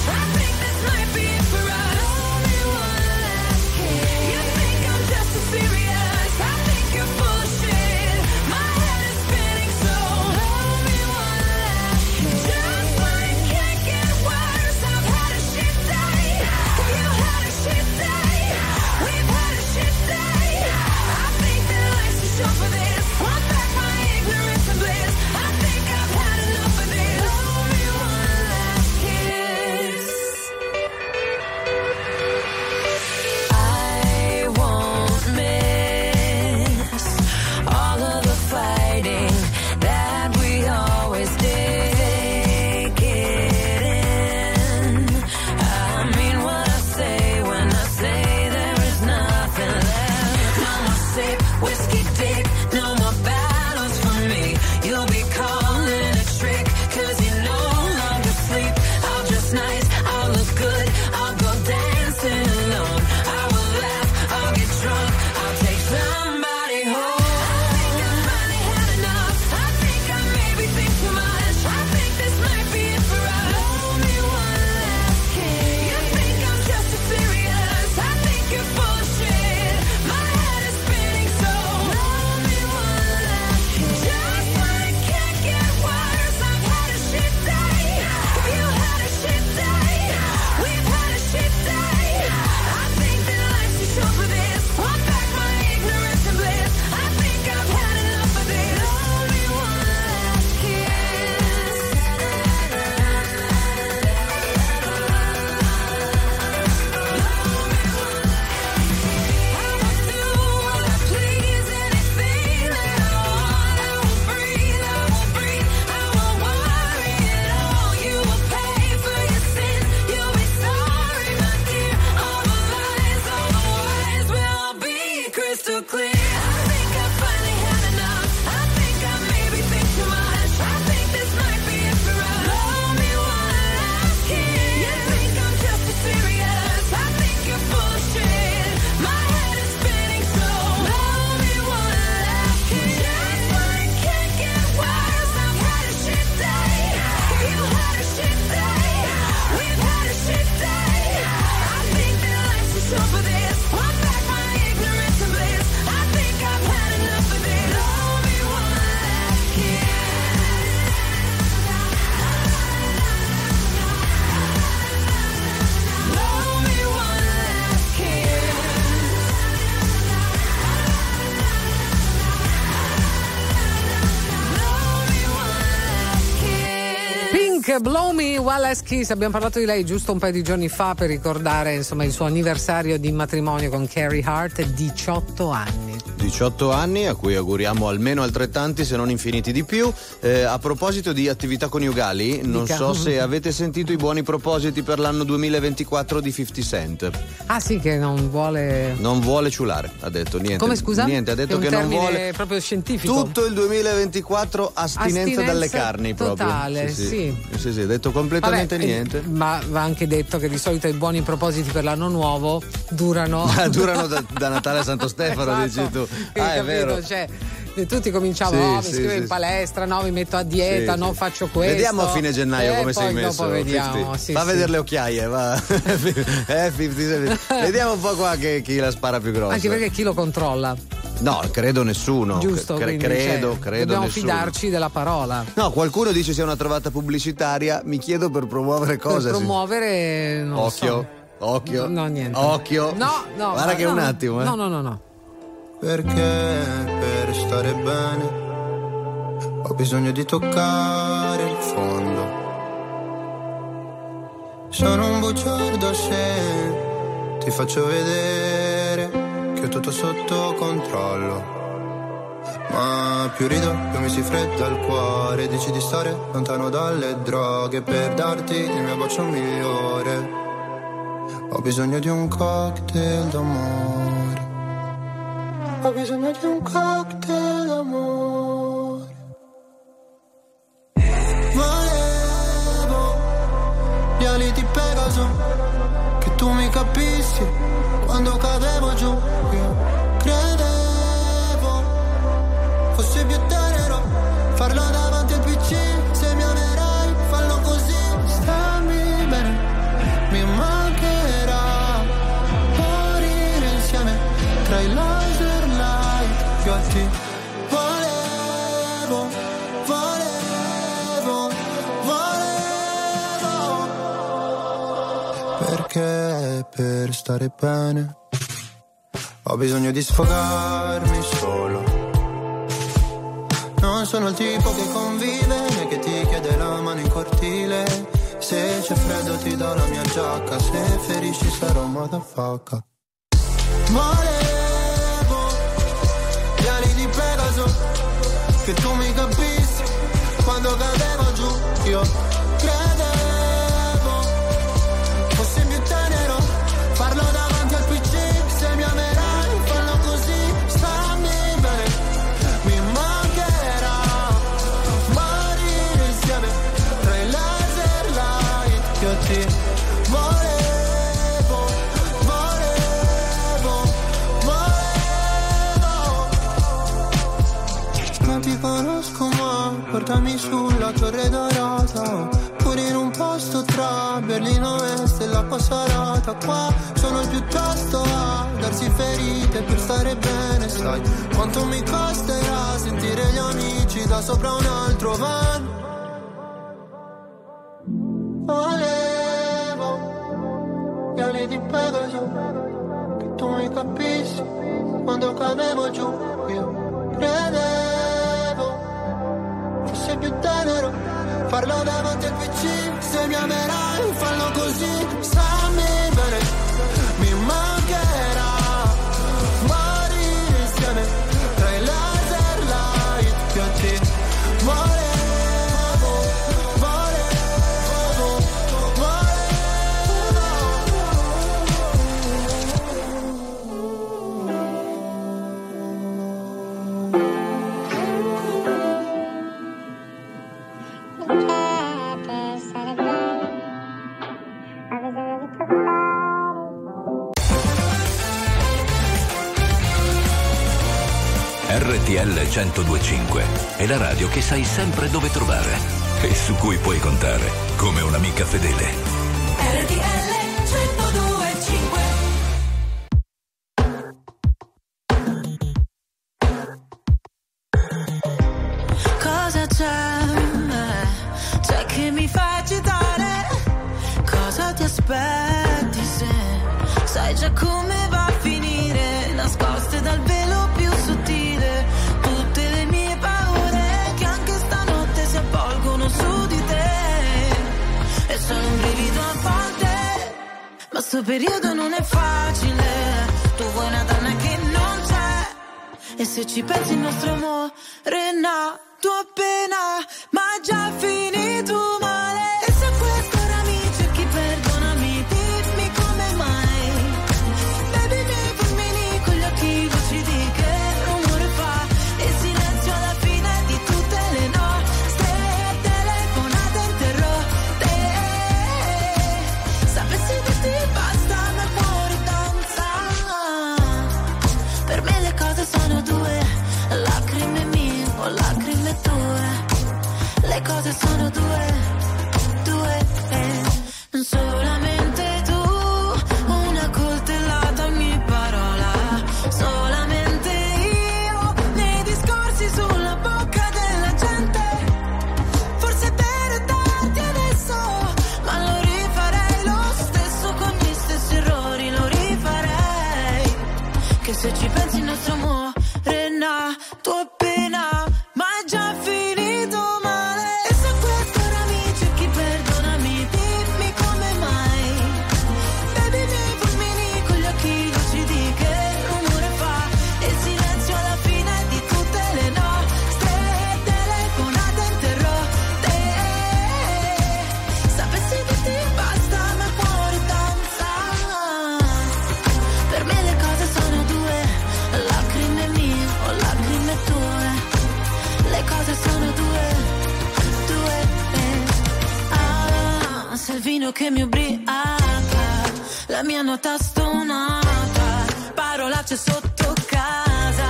crystal clear. I think I finally had enough. I think I maybe think too much. I think this might be it for us. Blow me one last kiss. You think I'm just as serious? I think you're full of shit. My head is spinning so. Blow me one last kiss. Just when it can't get worse. I've had a shit day. You had a shit day. We've had a shit day. I think that life's too short for this. Want back my ignorance and bliss. I think I've had enough of this. Blow me one last kiss. Blow me one last kiss. Blow me one last kiss. Pink, Blow Me One Last Kiss. Abbiamo parlato di lei giusto un paio di giorni fa per ricordare insomma il suo anniversario di matrimonio con Carrie Hart, 18 anni. 18 anni a cui auguriamo almeno altrettanti, se non infiniti di più. A proposito di attività coniugali, non so se avete sentito i buoni propositi per l'anno 2024 di 50 Cent. Ah sì, che non vuole ciulare, ha detto niente. Come scusa? Niente, ha detto che non vuole. È proprio scientifico. Tutto il 2024 astinenza dalle carni totale, proprio. sì. Sì, ha detto completamente niente. Ma va anche detto che di solito i buoni propositi per l'anno nuovo durano da Natale a Santo Stefano, esatto. Dici tu. È vero. Cioè, tutti cominciamo, mi iscrivo in palestra, mi metto a dieta, faccio questo. Vediamo a fine gennaio come sei messo. Dopo vediamo. Va a vedere le occhiaie, va. 50. Vediamo un po' qua chi la spara più grossa. Anche perché chi lo controlla? No, credo nessuno. Giusto, credo dobbiamo nessuno. Fidarci della parola. No, qualcuno dice sia una trovata pubblicitaria, mi chiedo per promuovere cosa. Per promuovere, non Occhio. so. Occhio. No, niente. Occhio. No. Guarda che un attimo, No. Perché per stare bene ho bisogno di toccare il fondo. Sono un bugiardo se ti faccio vedere che ho tutto sotto controllo. Ma più rido, più mi si fredda il cuore. Dici di stare lontano dalle droghe per darti il mio bacio migliore. Ho bisogno di un cocktail d'amore. Ho bisogno di un cocktail d'amore. Volevo gli ali di Pegaso, che tu mi capissi quando cadevo giù. Io credevo fosse più tenero farlo davanti al PC. Se mi amerai, fallo così. Stammi bene, mi mancherà morire insieme tra i laser light. Io a te volevo. Perché per stare bene ho bisogno di sfogarmi solo. Non sono il tipo che convive né che ti chiede la mano in cortile. Se c'è freddo ti do la mia giacca, se ferisci sarò motherfucker. Volevo gli ali di Pegaso, che tu mi capissi quando cadevo giù. Io credevo fosse più tenero farlo davanti al PC. Se mi amerai, fallo così. Stammi bene, mi mancherà morire insieme tra i laser light. Io ti volevo. Non ti conosco ma portami sulla Torre Dorata, pure in un posto tra Berlino Est e la Passarata. Qua sono piuttosto a darsi ferite per stare bene. Sai quanto mi costerà sentire gli amici da sopra un altro van. Volevo gli ali di Pegaso, che tu mi capissi quando cadevo giù. Io credevo fosse più tenero farlo davanti al PC. Se mi amerai, fallo così. Stammi bene, mi mancherà morire insieme tra i laser light. Io ti volevo. RTL 1025 è la radio che sai sempre dove trovare e su cui puoi contare come un'amica fedele. RTL 1025. Cosa c'è? C'è che mi fa agitare? Cosa ti aspetti se sai già come va a finire? Nascoste dal velo più sottile tutte le mie paure che anche stanotte si avvolgono su di te. E sono un brivido a volte, ma sto periodo non è facile. Tu vuoi una donna che non c'è, e se ci pensi il nostro amore è nato appena, ma già finito male. E se a quest'ora mi cerchi, perdonami, dimmi come mai. Baby, i miei fulmini con gli occhi lucidi, che rumore fa il silenzio alla fine di tutte le nostre telefonate interrotte. Sapessi che ti basta, ma il cuore danza. Per me le cose sono due, lacrime mie o lacrime tue. Le cose sono due, solamente tu, una coltellata ogni parola, solamente io, nei discorsi sulla bocca della gente. Forse per darti adesso, ma lo rifarei lo stesso con gli stessi errori, lo rifarei. Che se ci pensi il nostro amore è nato appena, ma è già finito male. E se a quest'ora mi cerchi, perdonami, dimmi come mai. Baby, i miei fulmini con gli occhi lucidi, che rumore fa il silenzio alla fine di tutte le nostre telefonate interrotte. Sapessi che ti basta, ma il cuore danza. Per me le cose sono due, lacrime mie o lacrime tue. Le cose sono due. Ah, se il vino che mi ubriaca, la mia nota stonata, parolacce sotto casa.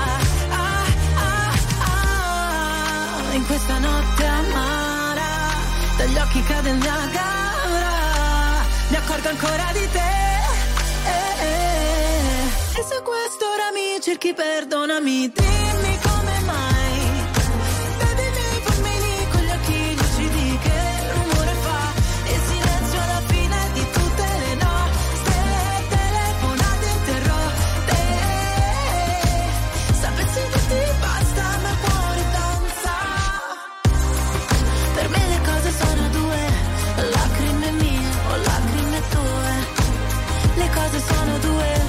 In questa notte amara, dagli occhi cade il Niagara, mi accorgo ancora di te. E se a quest'ora mi cerchi, perdonami, dimmi come mai. Baby, i miei fulmini con gli occhi lucidi, che rumore fa il silenzio alla fine di tutte le nostre telefonate interrotte. Sapessi che ti basta, ma il cuore danza. Per me le cose sono due, lacrime mie o lacrime tue. Le cose sono due.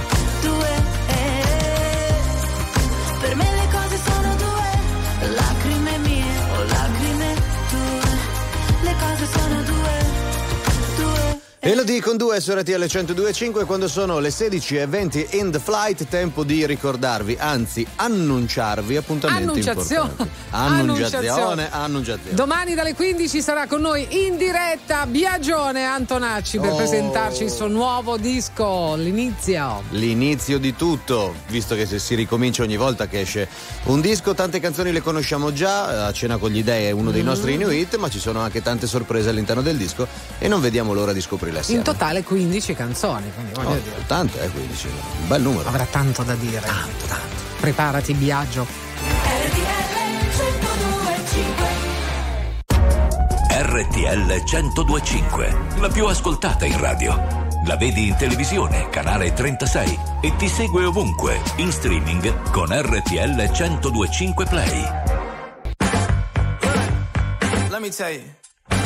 Per me le cose sono due, lacrime mie o lacrime tue. Le cose sono due. Elodie con 2 su RTL 102.5 quando sono le 16:20 in the flight, tempo di ricordarvi, anzi annunciarvi appuntamenti importanti. Annunciazione. Domani dalle 15 sarà con noi in diretta Biagione Antonacci per presentarci il suo nuovo disco, l'inizio di tutto, visto che se si ricomincia ogni volta che esce un disco. Tante canzoni le conosciamo già, A cena con gli dei è uno dei nostri inuit, ma ci sono anche tante sorprese all'interno del disco e non vediamo l'ora di scoprirle assieme. In totale 15 canzoni, quindi voglio dire. Tante, 15, un bel numero. Avrà tanto da dire. Tanto. Preparati, Biagio. RTL 1025, la più ascoltata in radio. La vedi in televisione, canale 36 e ti segue ovunque, in streaming con RTL 1025 Play. Let me tell you.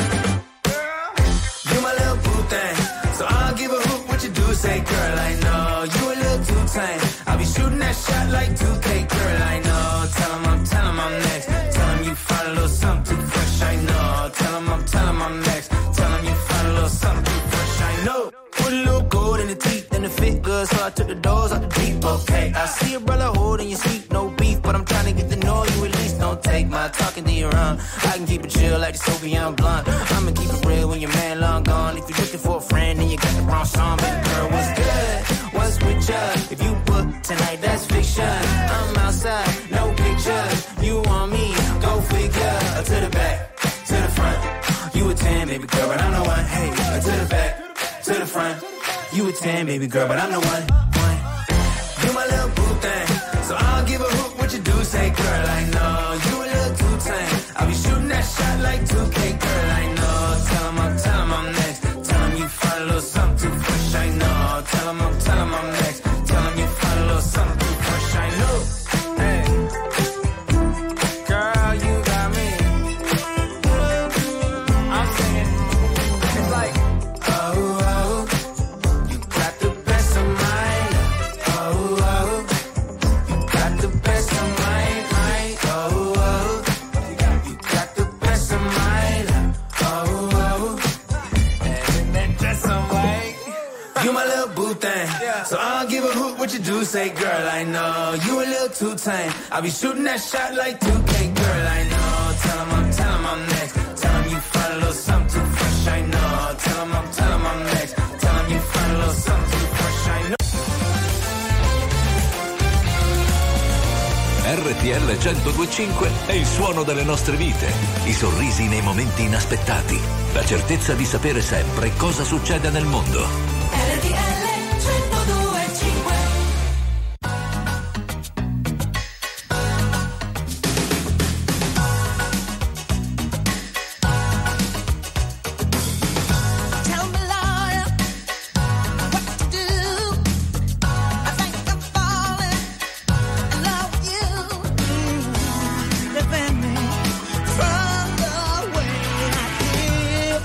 You my little boo thing, so I'll give a hoot what you do. Say, girl, I know you a little too tame. I'll be shooting that shot like 2K, girl, I know. Tell 'em I'm next. Tell 'em you find a little something too fresh, I know. Tell 'em I'm next. Tell 'em you find a little something too fresh, I know. Put a little gold in the teeth and the fit good, so I took the doors out the deep, okay. I see a brother holding your seat, no beef, but I'm trying to get to know you at least. Don't take my talking to your own. I can keep it chill like the Soviet blunt. I'ma keep it real when your man long gone. If you're looking for a friend, then you got the wrong song. Baby girl, what's good? What's with ya? If you book tonight, that's fiction. I'm outside, no You a 10, baby girl, but I'm the one. You my little boo thing, so I don't give a hoot what you do, say girl, I know. You a little too tame, I'll be shooting that shot like 2K, girl, I know. Tell 'em I'm next, tell 'em you find a little something too fresh, I know. Tell 'em I'm next, tell 'em you find a little something too fresh, I know. Hey, girl, you got me. I'm singing, it's like, oh, oh, you got the best of mine. Oh, oh, you got the best of mine. Oh, oh, you got the best of mine. Oh, oh, and that dress on white. You my little boo thing, so I don't give a hoot what you do, say girl, I know. You a little too tame, I'll be shooting that shot like 2K, girl, I know. Tell 'em I'm next, tell 'em you find a little something too fresh, I know. Tell 'em I'm next, tell 'em you find a little something too fresh, I know. RTL 102.5 è il suono delle nostre vite, i sorrisi nei momenti inaspettati, la certezza di sapere sempre cosa succede nel mondo. RTL 102.5. Tell me, lawyer, what to do. I think I'm falling in love with you. Defend me from the way I feel.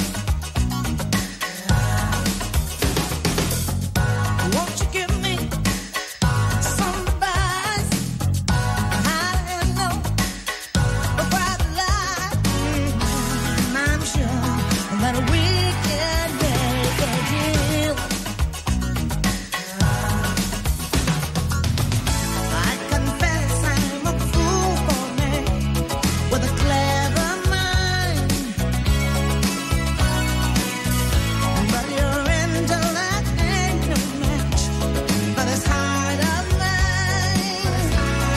Won't you give me some advice? How to handle a private life? I'm sure that we can make a deal. I confess I'm a fool for me, with a clever mind. But your intellect ain't no match for this heart of mine.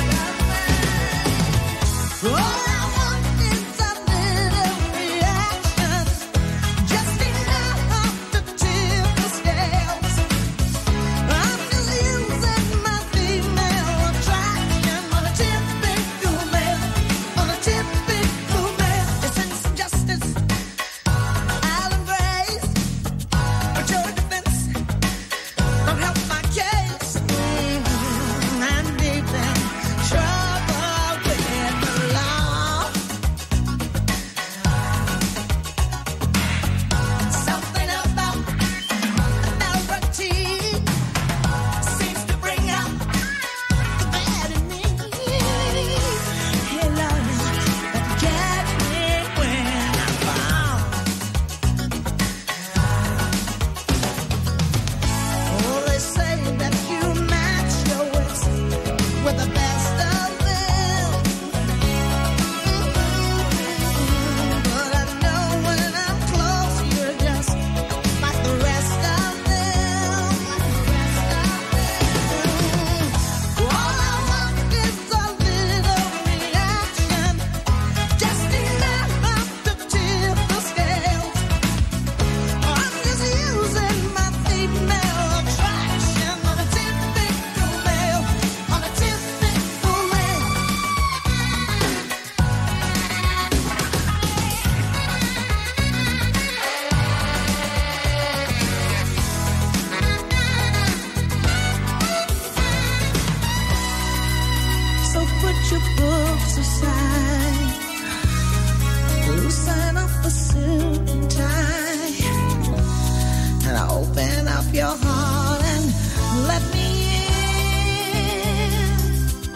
All I want is a little reaction, just enough to tip the scales. I'm just using my female attraction on a typical male, on a typical male. Your sense of justice I'll embrace, but your defense don't help my case. I'm deep in trouble with the law. Something about authority seems to bring out the bad in me. Hey, lawyer, catch me when I fall. Oh, they say that you match your wits with the best of them. But I know when I'm close, you're just like the rest of them. All I want is a little reaction, just enough to tip the scales. I'm just using my female attraction on a typical male, on a typical male. So put your books aside, loosen up the suit and tie, and open up your heart and let me in.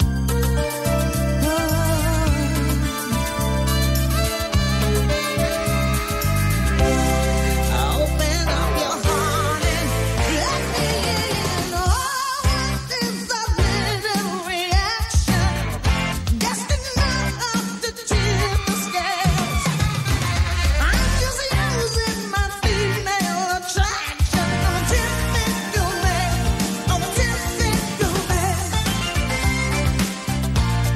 Open up your heart and let me in. Oh, this a little reaction, just enough to tip the scales. I'm just using my female attraction on a typical male, on a typical male.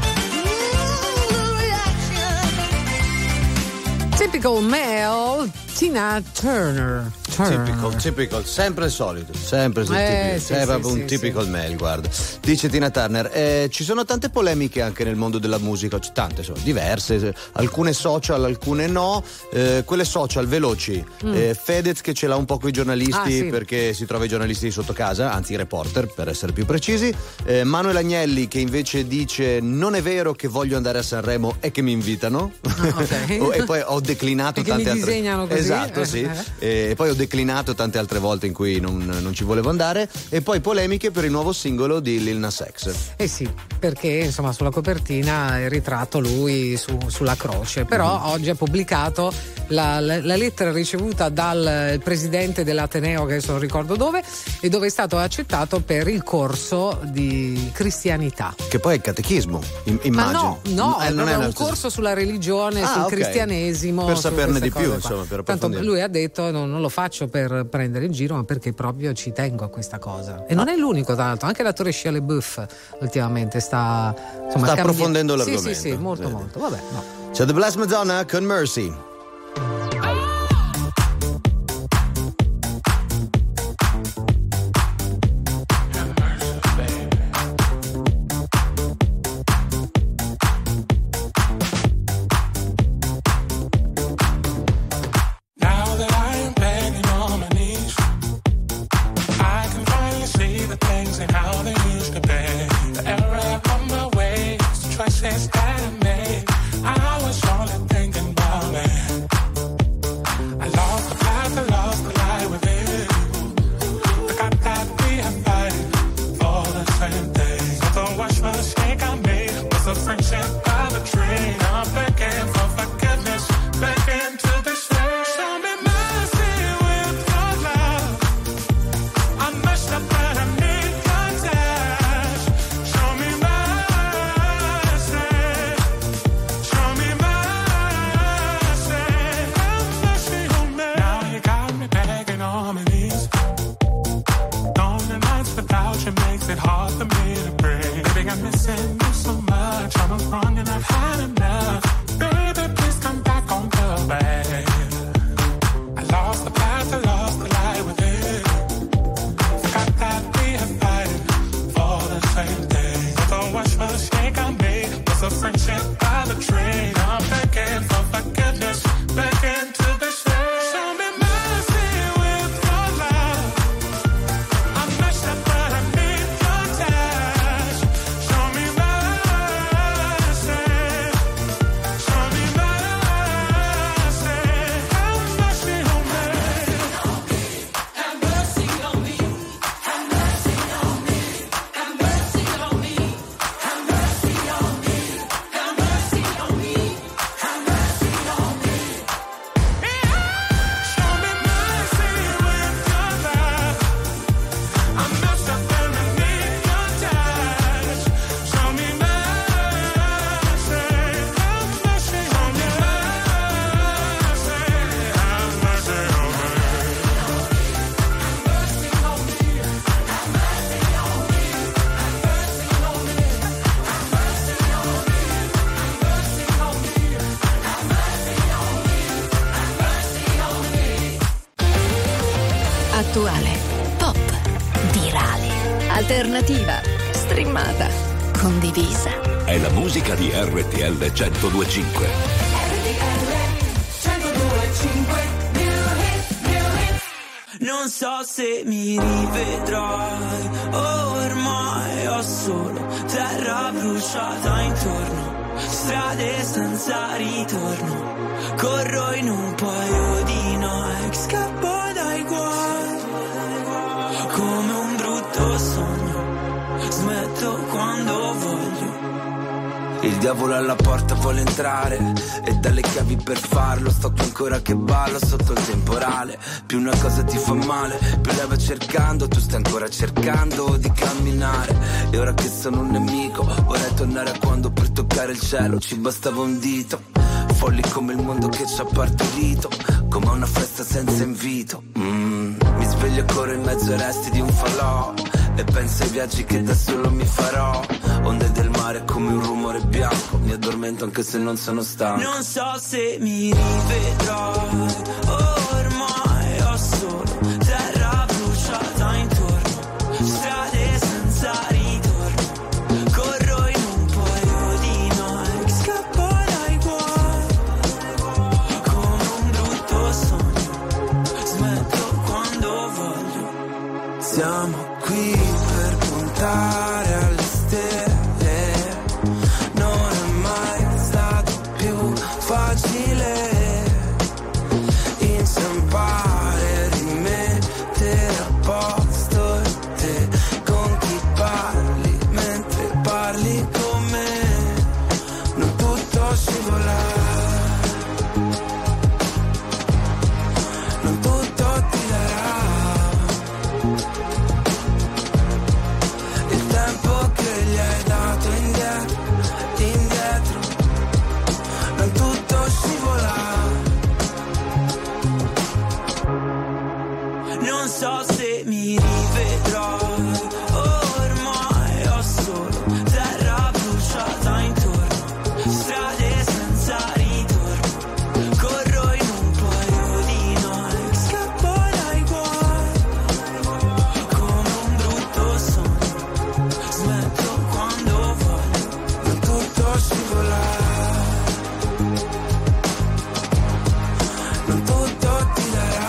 Reaction. Typical male, Tina Turner. Typical, sempre il solito, sempre proprio un typical male, guarda. Dice Tina Turner, ci sono tante polemiche anche nel mondo della musica, tante, sono diverse, alcune social, alcune no, quelle social veloci, Fedez che ce l'ha un po' coi giornalisti perché si trova i giornalisti sotto casa, anzi i reporter per essere più precisi, Manuel Agnelli che invece dice non è vero che voglio andare a Sanremo e che mi invitano, e poi ho declinato e tante che mi altre disegnano così. Esatto, sì. E poi ho declinato tante altre volte in cui non ci volevo andare. E poi polemiche per il nuovo singolo di Lil Nas X. Sì, perché insomma sulla copertina è ritratto lui sulla croce. Però oggi ha pubblicato la lettera ricevuta dal presidente dell'Ateneo, che adesso non ricordo dove, e dove è stato accettato per il corso di cristianità. Che poi è il catechismo, immagino. Ma no, è proprio un corso sulla religione, sul cristianesimo. Per saperne di più, insomma, per Tanto approfondire. lui ha detto non lo faccio per prendere in giro, ma perché proprio ci tengo a questa cosa. E non è l'unico, tra l'altro, anche l'attore Shia LaBeouf ultimamente sta approfondendo l'argomento. Sì, molto. Vabbè, no. C'è The Blessed Madonna con Mercy. Now that I am begging on my knees, I can finally see the things and how they used to be. The error of my ways, the choices that I made, I was only thinking about me. I lost the path, I lost the light within. Forgot that we are fighting for the same thing. So the wash mistake I made was a friendship of a dream. I'm begging for forgiveness, begging to be saved. Show me mercy with your love. I messed up but I need your touch. Show me mercy. Show me mercy. Have mercy on me. Now you got me begging on my knees. Lonely nights without you makes it hard for me to breathe. Baby, I'm missing you so much. I was wrong and I've had enough. Baby, please come back on the way. I lost the path, I lost the light within. Forgot that we are fighting for the same thing. But the wash mistake I made was a friendship by the train. I'm begging for forgiveness, begging to be saved. Show me mercy with your love. I messed up but I need your touch. Show me mercy. Show me mercy. Have mercy on me. Have mercy on me. Have mercy on me. Have mercy on me. Have mercy on me. Have mercy on me. Have mercy on me. Show me mercy with your love. I messed up and I need your touch. Show me mercy. Have mercy on me. Have mercy on me. Attuale, pop, virale, alternativa, streamata, condivisa. È la musica di RTL 102.5. Non so se mi rivedrai, ormai ho solo terra bruciata intorno, strade senza ritorno, corro in un paio di Nike, scappo dai guai, come un brutto sogno, smetto quando voglio. Il diavolo alla porta vuole entrare e dalle chiavi per farlo. Sto qui ancora che ballo sotto il temporale. Più una cosa ti fa male, più la vai cercando. Tu stai ancora cercando di camminare. E ora che sono un nemico vorrei tornare a quando per toccare il cielo ci bastava un dito. Folli come il mondo che ci ha partorito, come una festa senza invito. Mi sveglio e corro in mezzo ai resti di un falò penso ai viaggi che da solo mi farò. Onde del mare come un rumore bianco, mi addormento momento anche se non sono stanco. Non so se mi rivedrai, ormai ho solo terra bruciata intorno, strade senza ritorno, corro in un paio di Nike, scappo dai guai, come un brutto sogno, smetto quando voglio. Siamo qui per puntare alle stelle, non è mai stato più facile inciampare, rimettere a posto te con chi parli mentre parli con me, non tutto scivola, non tutto ti darà il tempo che gli hai dato indietro, indietro, non tutto scivola. Non so se mi rivedrai, ormai ho solo terra bruciata intorno, strade senza ritorno, corro in un paio di Nike, scappo dai guai, come un brutto sogno, smetto quando voglio. Non tutto scivola, non tutto ti darà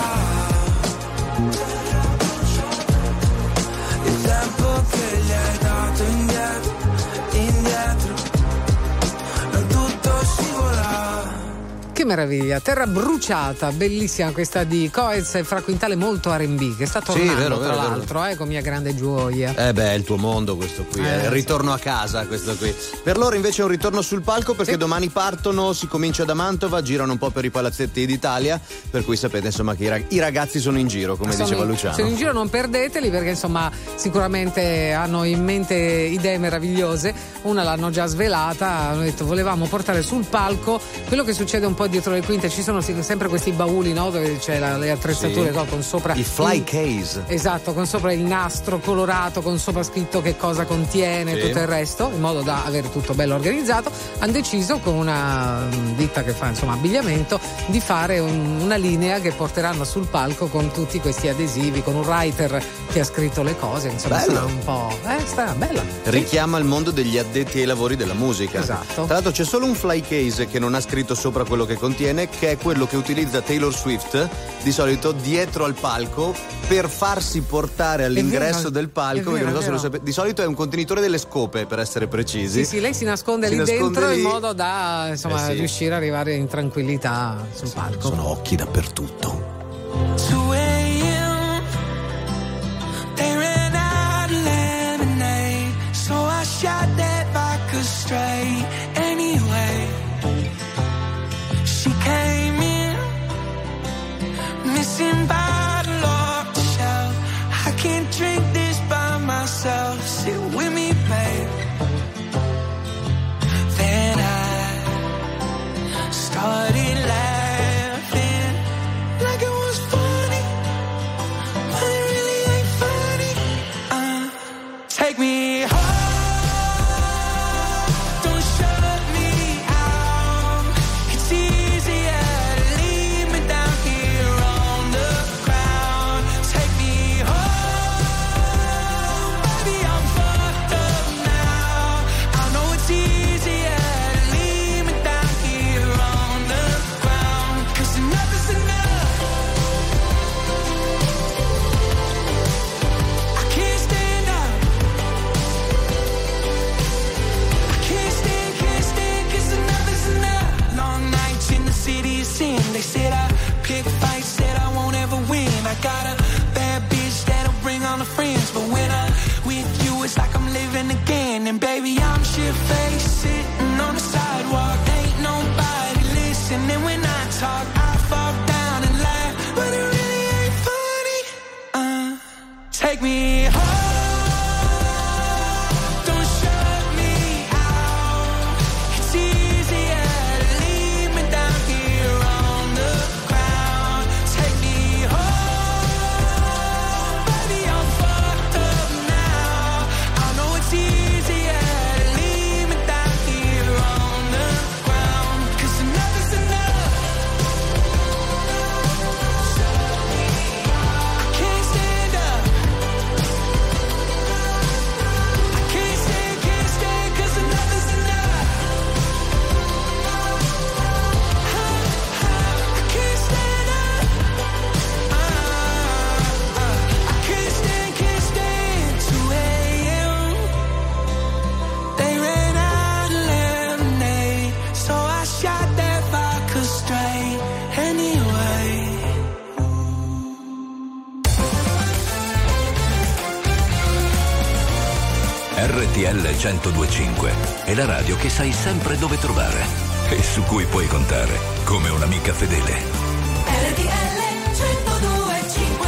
il tempo che gli hai dato indietro, indietro, non tutto scivola. Che meraviglia, Terra bruciata, bellissima questa di Coez e Fra Quintale, molto R&B, che sta tornando vero, tra vero, l'altro, con mia grande gioia. È il tuo mondo questo qui, è il ritorno a casa questo qui. Per loro invece è un ritorno sul palco perché domani partono, si comincia da Mantova, girano un po' per i palazzetti d'Italia, per cui sapete insomma che i ragazzi sono in giro, come diceva Luciano. Sono in giro, non perdeteli perché insomma sicuramente hanno in mente idee meravigliose. Una l'hanno già svelata, hanno detto volevamo portare sul palco quello che succede un po' dietro le quinte, ci sono sempre questi bauli, no? Dove c'è le attrezzature con sopra i fly case. Esatto, con sopra il nastro colorato, con sopra scritto che cosa contiene, tutto il resto, in modo da avere tutto bello organizzato. Hanno deciso con una ditta che fa insomma abbigliamento di fare una linea che porteranno sul palco con tutti questi adesivi, con un writer che ha scritto le cose, insomma sarà un po' sarà bella. Richiama il mondo degli addetti ai lavori della musica. Esatto. Tra l'altro c'è solo un fly case che non ha scritto sopra quello che contiene, che è quello che utilizza Taylor Swift di solito dietro al palco per farsi portare all'ingresso del palco, perché non so se lo sapete, di solito è un contenitore delle scope, per essere precisi. Sì, lei si nasconde lì dentro in modo da insomma riuscire ad arrivare in tranquillità sul palco. Sono occhi dappertutto. 2 a.m. They ran out of lemonade, so I shot that vodka straight. Anyway, she came in, missing bottle off the shelf. I can't drink this by myself. Sit with me, babe. Then I started laughing like it was funny, but it really ain't funny. Take me home. Don't shut me out. It's easier to leave me down here on the ground. Take me home. Baby, I'm fucked up now. I know it's easier to leave me down here on the ground. 'Cause enough is enough. I can't stand up. I can't stand, 'cause enough is enough. Long nights in the city of sin. They said I pick fights, said I won't ever win. I got a bad bitch that'll bring all the friends, but when I'm with you, it's like I'm living again. And baby, I'm shit-faced, sitting on the sidewalk. Ain't nobody listening when I talk. I fall down and laugh, but it really ain't funny. Take me home. Don't shut me out. It's easier to leave me down here on the ground. Take me home. Baby, I'm fucked up now. I know it's easier to leave me down here RTL 102.5 è la radio che sai sempre dove trovare e su cui puoi contare come un'amica fedele. RTL 102.5.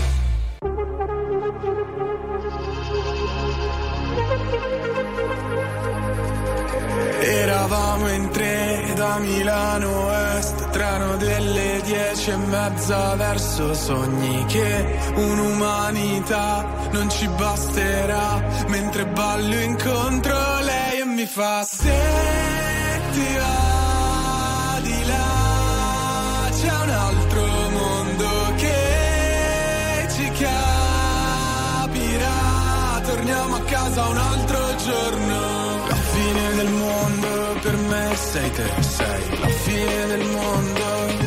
Eravamo in tre da Milano Est, treno delle 10:30 verso sogni che un'umanità non ci basterà, mentre ballo incontro lei e mi fa: se ti va di là c'è un altro mondo che ci capirà, torniamo a casa un altro giorno. La fine del mondo per me sei te, sei la fine del mondo.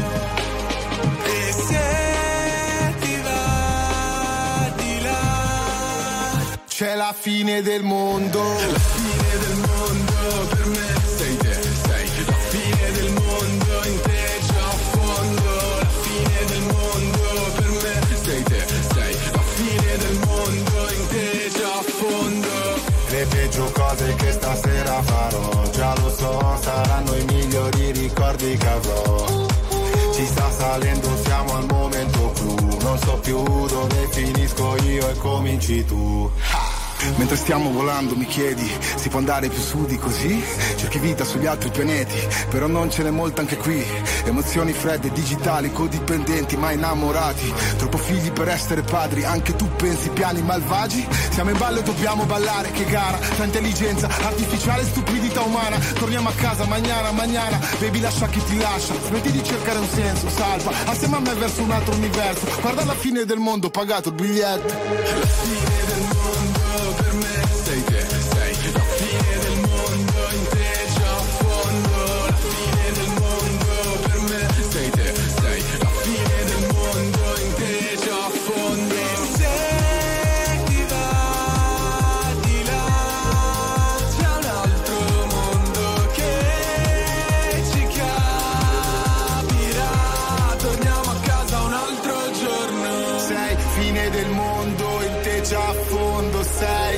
E se ti va di là c'è la fine del mondo. La fine del mondo per me sei te, sei la fine del mondo, in te già a fondo. La fine del mondo per me sei te, sei la fine del mondo, in te già a fondo. Le peggio cose che stasera farò, già lo so, saranno i migliori ricordi che avrò. Ci sta salendo, siamo al momento clou, non so più dove finisco io e cominci tu. Mentre stiamo volando mi chiedi, si può andare più su di così? Cerchi vita sugli altri pianeti, però non ce n'è molta anche qui. Emozioni fredde, digitali, codipendenti, ma innamorati. Troppo figli per essere padri, anche tu pensi piani malvagi? Siamo in ballo e dobbiamo ballare, che gara, tra intelligenza artificiale e stupidità umana. Torniamo a casa, mañana, baby lascia chi ti lascia. Smetti di cercare un senso, salva, assieme a me verso un altro universo. Guarda la fine del mondo, pagato il biglietto. La fine del mondo per me sei te, sei la fine del mondo, in te già a fondo. La fine del mondo per me sei te, sei la fine del mondo, in te già a fondo. E se ti va di là c'è un altro mondo che ci capirà, torniamo a casa un altro giorno. Sei fine del mondo, in te già a fondo sei.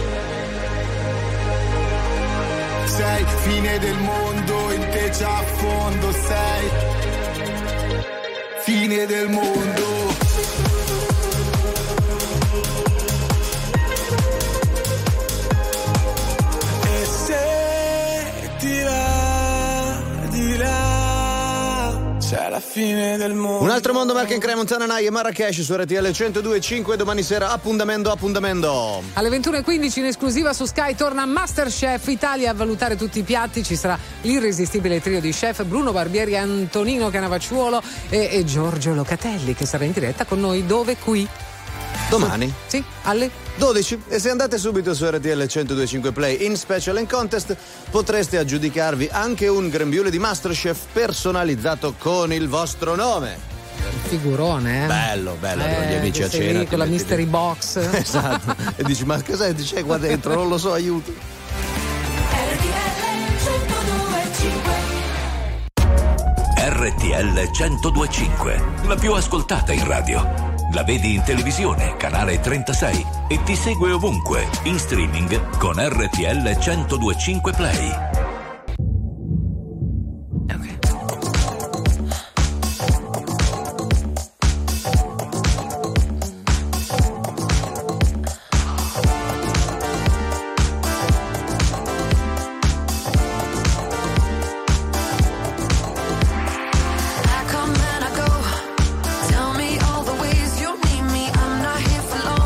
Sei fine del mondo, in te già a fondo sei. Fine del mondo. E se ti va di là c'è la fine del mondo. Un altro mondo, Mark and Cray, Montana Nai e Marrakesh su RTL 102.5. Domani sera appuntamento. Alle 21:15 in esclusiva su Sky torna Masterchef Italia. A valutare tutti i piatti ci sarà l'irresistibile trio di chef Bruno Barbieri, Antonino Canavacciuolo e Giorgio Locatelli, che sarà in diretta con noi dove? Qui Domani? Sì, alle 12. E se andate subito su RTL 102.5 Play in Special and Contest potreste aggiudicarvi anche un grembiule di Masterchef personalizzato con il vostro nome. Figurone, Bello, con gli amici a sei cena. lì con la mystery box. Esatto. E dici, ma cosa c'è qua dentro? Non lo so, aiuto. RTL 102.5, la più ascoltata in radio. La vedi in televisione, canale 36 e ti segue ovunque, in streaming con RTL 102.5 Play.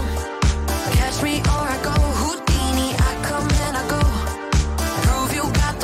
Catch me or I go Houdini. I come and I go. Prove you got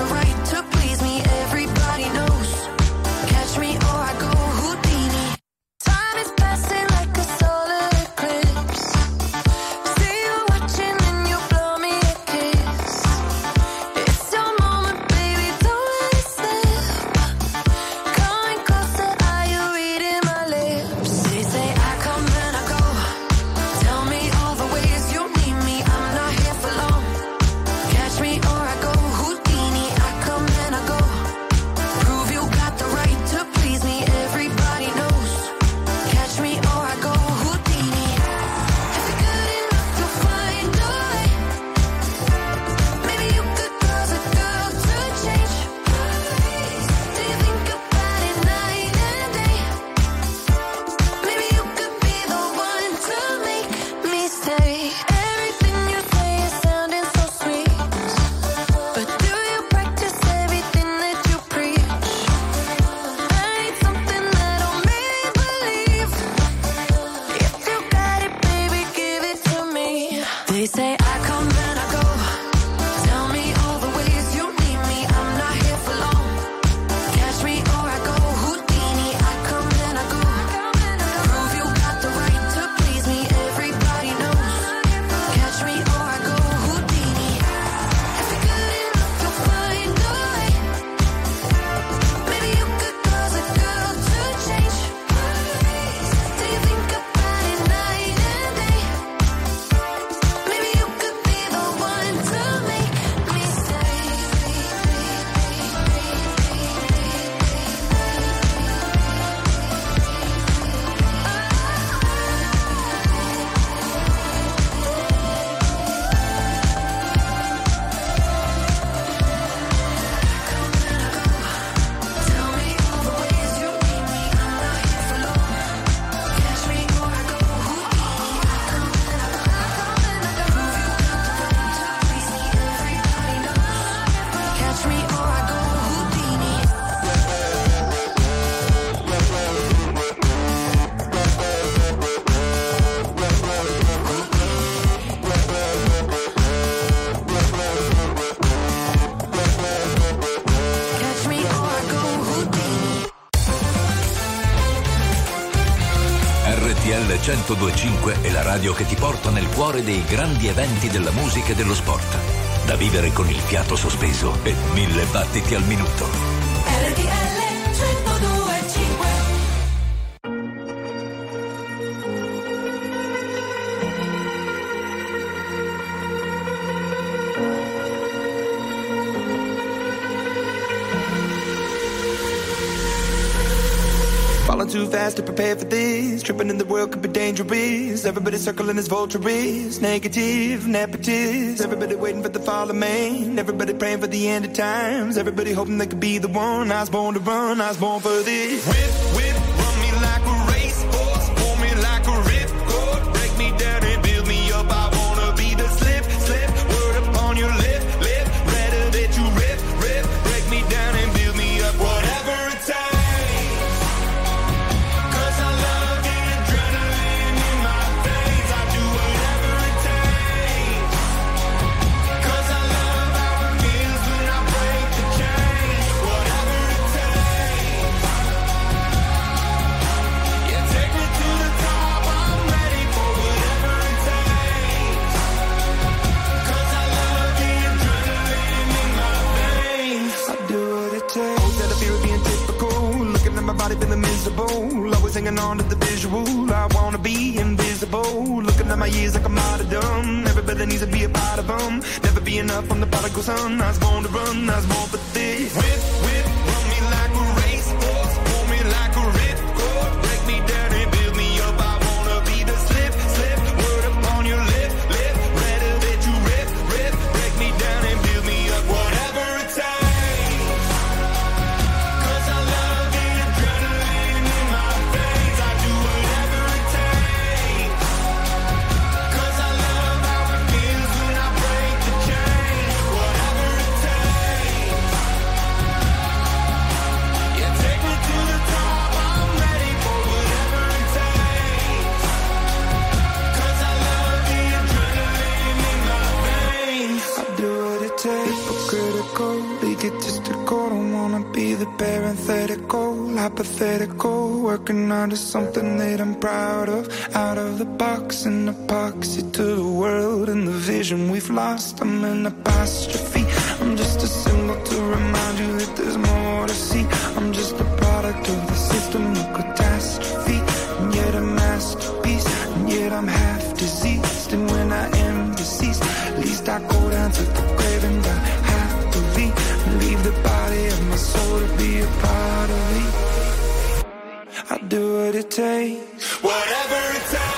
102.5 è la radio che ti porta nel cuore dei grandi eventi della musica e dello sport. Da vivere con il fiato sospeso e 1000 battiti al minuto. RTL 102.5. Falling too fast to prepare for this. Tripping in the world could be dangerous. Everybody circling as vultures. Negative, nepotist. Everybody waiting for the fall of man. Everybody praying for the end of times. Everybody hoping they could be the one. I was born to run, I was born for this. Whip, run me like a racehorse. Pull me like a ripcord. Break me down and build me up. I wanna be the slip. Word upon your lip. Rather that you rip. Break me down and build me up. Whatever it takes. Body feeling miserable, always hanging on to the visual. I wanna be invisible, looking at my years like I'm out of dumb. Everybody needs to be a part of them. Never be enough from the prodigal son. I was born to run, I was born for this. Whip, run me like a racehorse. Pull me like a ripcord. Break me down and build me up. I wanna be the slip. Word upon your lip. Rather that you rip. Break me down and build me up. Whatever it takes. Egotistical, don't wanna be the parenthetical, hypothetical, working out of something that I'm proud of, out of the box, an epoxy to the world and the vision we've lost. I'm an apostrophe, I'm just a symbol to remind you that there's more to see. I'm just a product of the system of catastrophe, and yet a masterpiece, and yet I'm half diseased, and when I am deceased, at least I go down to the grave and die happily. Leave the body of my soul to be a part of me. I do what it takes, whatever it takes.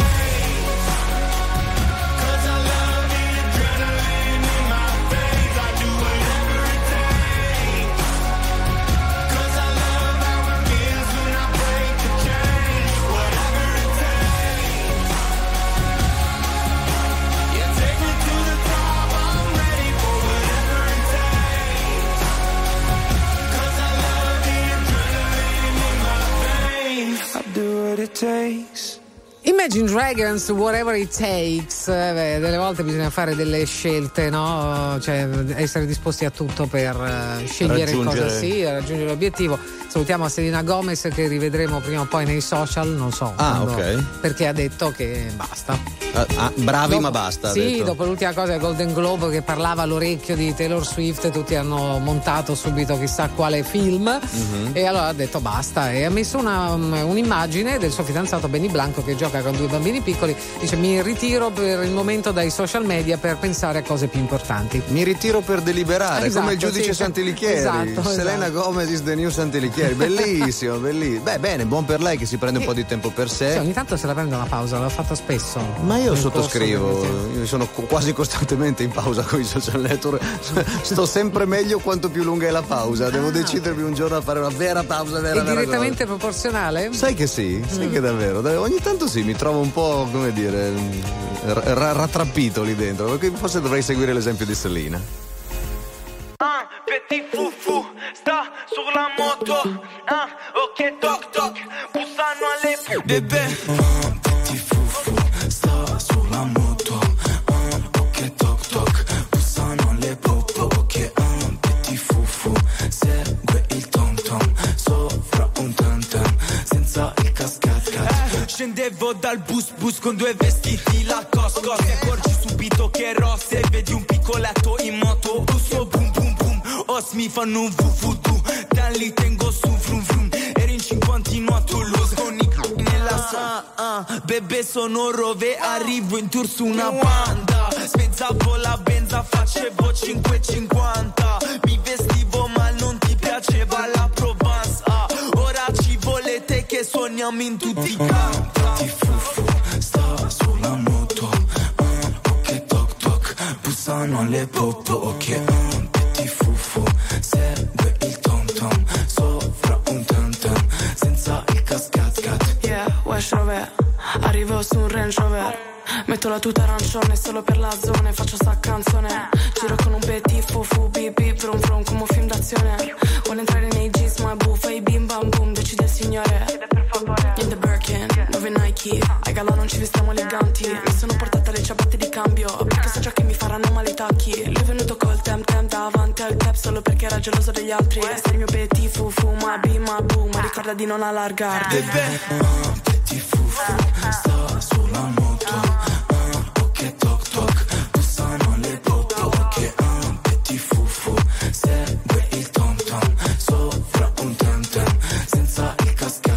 Imagine Dragons, Whatever It Takes. Delle volte bisogna fare delle scelte, no? Cioè essere disposti a tutto per scegliere cosa sì, raggiungere l'obiettivo. Salutiamo a Selena Gomez che rivedremo prima o poi nei social, non so. Ok. Perché ha detto che basta. Bravi dopo, ma basta. Sì, dopo l'ultima cosa del Golden Globe che parlava all'orecchio di Taylor Swift, tutti hanno montato subito chissà quale film e allora ha detto basta e ha messo un'immagine del suo fidanzato Benny Blanco che gioca con 2 bambini piccoli, dice mi ritiro per il momento dai social media per pensare a cose più importanti. Mi ritiro per deliberare, esatto, come il giudice Santilichieri. Esatto, Selena Gomez is the new Santilichieri. Bellissimo, bellissimo. Beh, bene, buon per lei che si prende un po' di tempo per sé. Sì, ogni tanto se la prende una pausa, l'ho fatto spesso. Ma io sottoscrivo, io sono quasi costantemente in pausa con i social network. Sto sempre meglio quanto più lunga è la pausa. Devo decidermi un giorno a fare una vera pausa, vera direttamente proporzionale? Sai che sì, sai che davvero. Ogni tanto sì, mi trovo un po', come dire, rattrappito lì dentro. Perché forse dovrei seguire l'esempio di Selena. Petit foufou, sta sulla moto. Ok, toc toc, bussano alle bebè. Petit foufou, sta sulla moto. Ok, toc toc, bussano alle popo. Ok, petit foufou, segue il tom tom. Sopra un tam tam, senza il cascat. Scendevo Arrivo dal bus con 2 vestiti Lacoste. Ti accorgi subito che è rossa e vedi un piccoletto in moto. Busso boom boom boom, os mi fanno un vuvudu. Da lì tengo su frum frum. Ero in 50 a Toulouse con i nella bebè sono Rove, arrivo in tour su una banda. Spezzavo la benza, facevo 5,50. Mi vestivo ma non ti piaceva la Provence. Ora ci volete che suoniamo in tutti i campi. Ti fufu, sta sulla moto. Ok toc toc, bussano alle popo. Ok, petit fufu, segue il tom tom. Sopra un tam tam, senza il cascat. Yeah, Wesh Rover, arrivo su un Range Rover. Metto la tuta arancione solo per la zona e faccio sta canzone. Giro con un petit fufu, bip bip, brum brum come un film d'azione. Vuole entrare nei jeans ma è buffa, i bim bam boom, decide il signore. In the Birkin, 9 Nike, ai gala non ci vestiamo eleganti. Mi sono portata le ciabatte di cambio, perché so già che mi faranno male i tacchi. Lui è venuto col tem davanti al tap solo perché era geloso degli altri. Sei il mio petit fufu, ma bim ma boom, ma ricorda di non allargarti. Petit fufu, sta sulla moto. Ok toc toc, bussano alle popo. Ok, petit fufu, segue il tom tom. Sopra un tam tam, senza il cascat.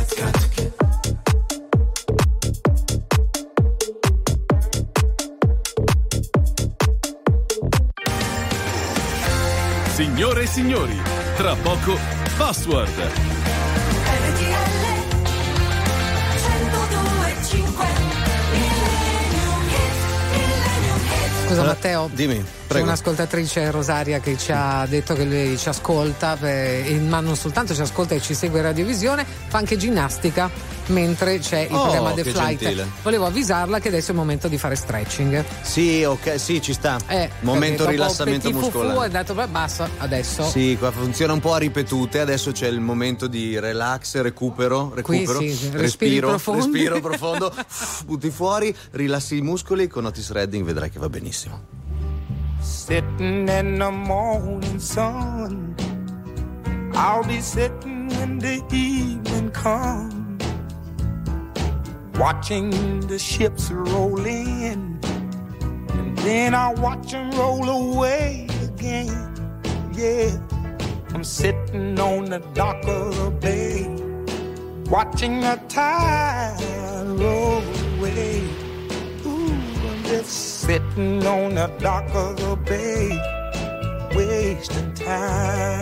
Signore e signori, tra poco Password. Scusa Matteo, dimmi, c'è prego. un'ascoltatrice Rosaria che ci ha detto che lei ci ascolta, ma non soltanto ci ascolta e ci segue in radiovisione, fa anche ginnastica mentre c'è il programma The che Flight. gentile. Volevo avvisarla che adesso è il momento di fare stretching. Sì, ok, sì, ci sta. Momento dopo rilassamento petit fufu muscolare. è dato basta adesso. Sì, qua funziona un po' a ripetute, adesso c'è il momento di relax, recupero, Qui sì, respiro profondo, butti fuori, rilassi i muscoli, con Otis Redding vedrai che va benissimo. Sitting in the morning sun, I'll be sitting when the evening comes, watching the ships roll in, and then I'll watch them roll away again. Yeah, I'm sitting on the dock of the bay, watching the tide roll away. Ooh, I'm just sitting on the dock of the bay, wasting time.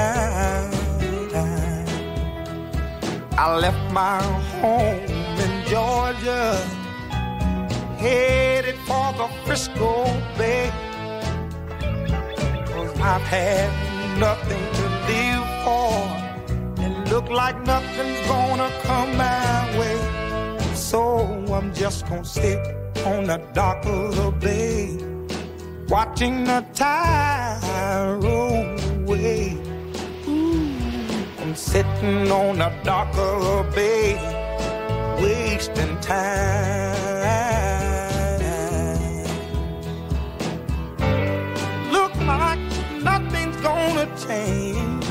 I left my home in Georgia, headed for the Frisco Bay, 'cause I've had nothing to live for, and look like nothing's gonna come my way. So I'm just gonna sit on the dock of the bay, watching the tide roll away. I'm sitting on the dock of the bay, wasting time. Look like nothing's gonna change,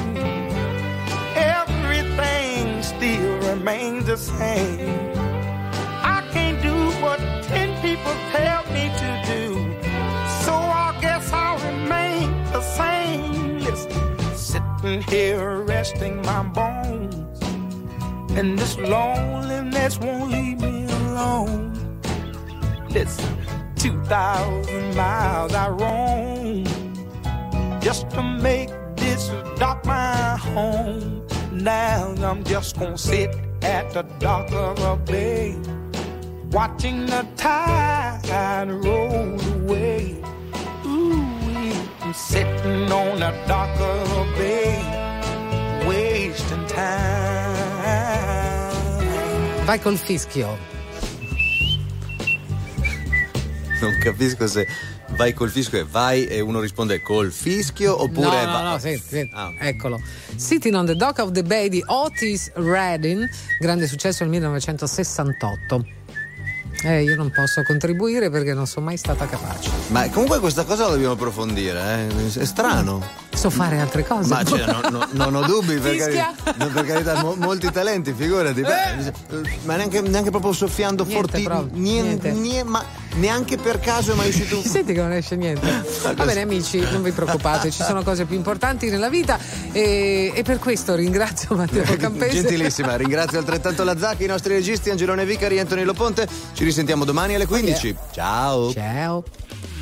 everything still remains the same. I can't do what 10 people tell me to do, so I guess I'll remain the same. Listen, sitting here resting my bones, and this loneliness won't leave me alone. Listen, 2,000 miles I roam just to make this dock my home. Now I'm just gonna sit at the dock of a bay, watching the tide roll away. Ooh, I'm sitting on the dock of a bay, wasting time. Vai col fischio. Non capisco se vai col fischio e vai e uno risponde col fischio oppure no, senti, eccolo. Sitting on the Dock of the Bay di Otis Redding, grande successo nel 1968. Io non posso contribuire perché non sono mai stata capace. Ma comunque questa cosa la dobbiamo approfondire, È strano. So fare altre cose. Ma non ho dubbi, per Fischia. carità, molti talenti, figurati. Ma neanche proprio soffiando forti. Niente. Ma neanche per caso è mai uscito. Senti che non esce niente. Va bene, amici, non vi preoccupate, ci sono cose più importanti nella vita e per questo ringrazio Matteo Campese. Gentilissima, ringrazio altrettanto la Zacchi, i nostri registi Angelone Vicari e Antonello Ponte. Ci risentiamo domani alle 15. Ciao. Ciao.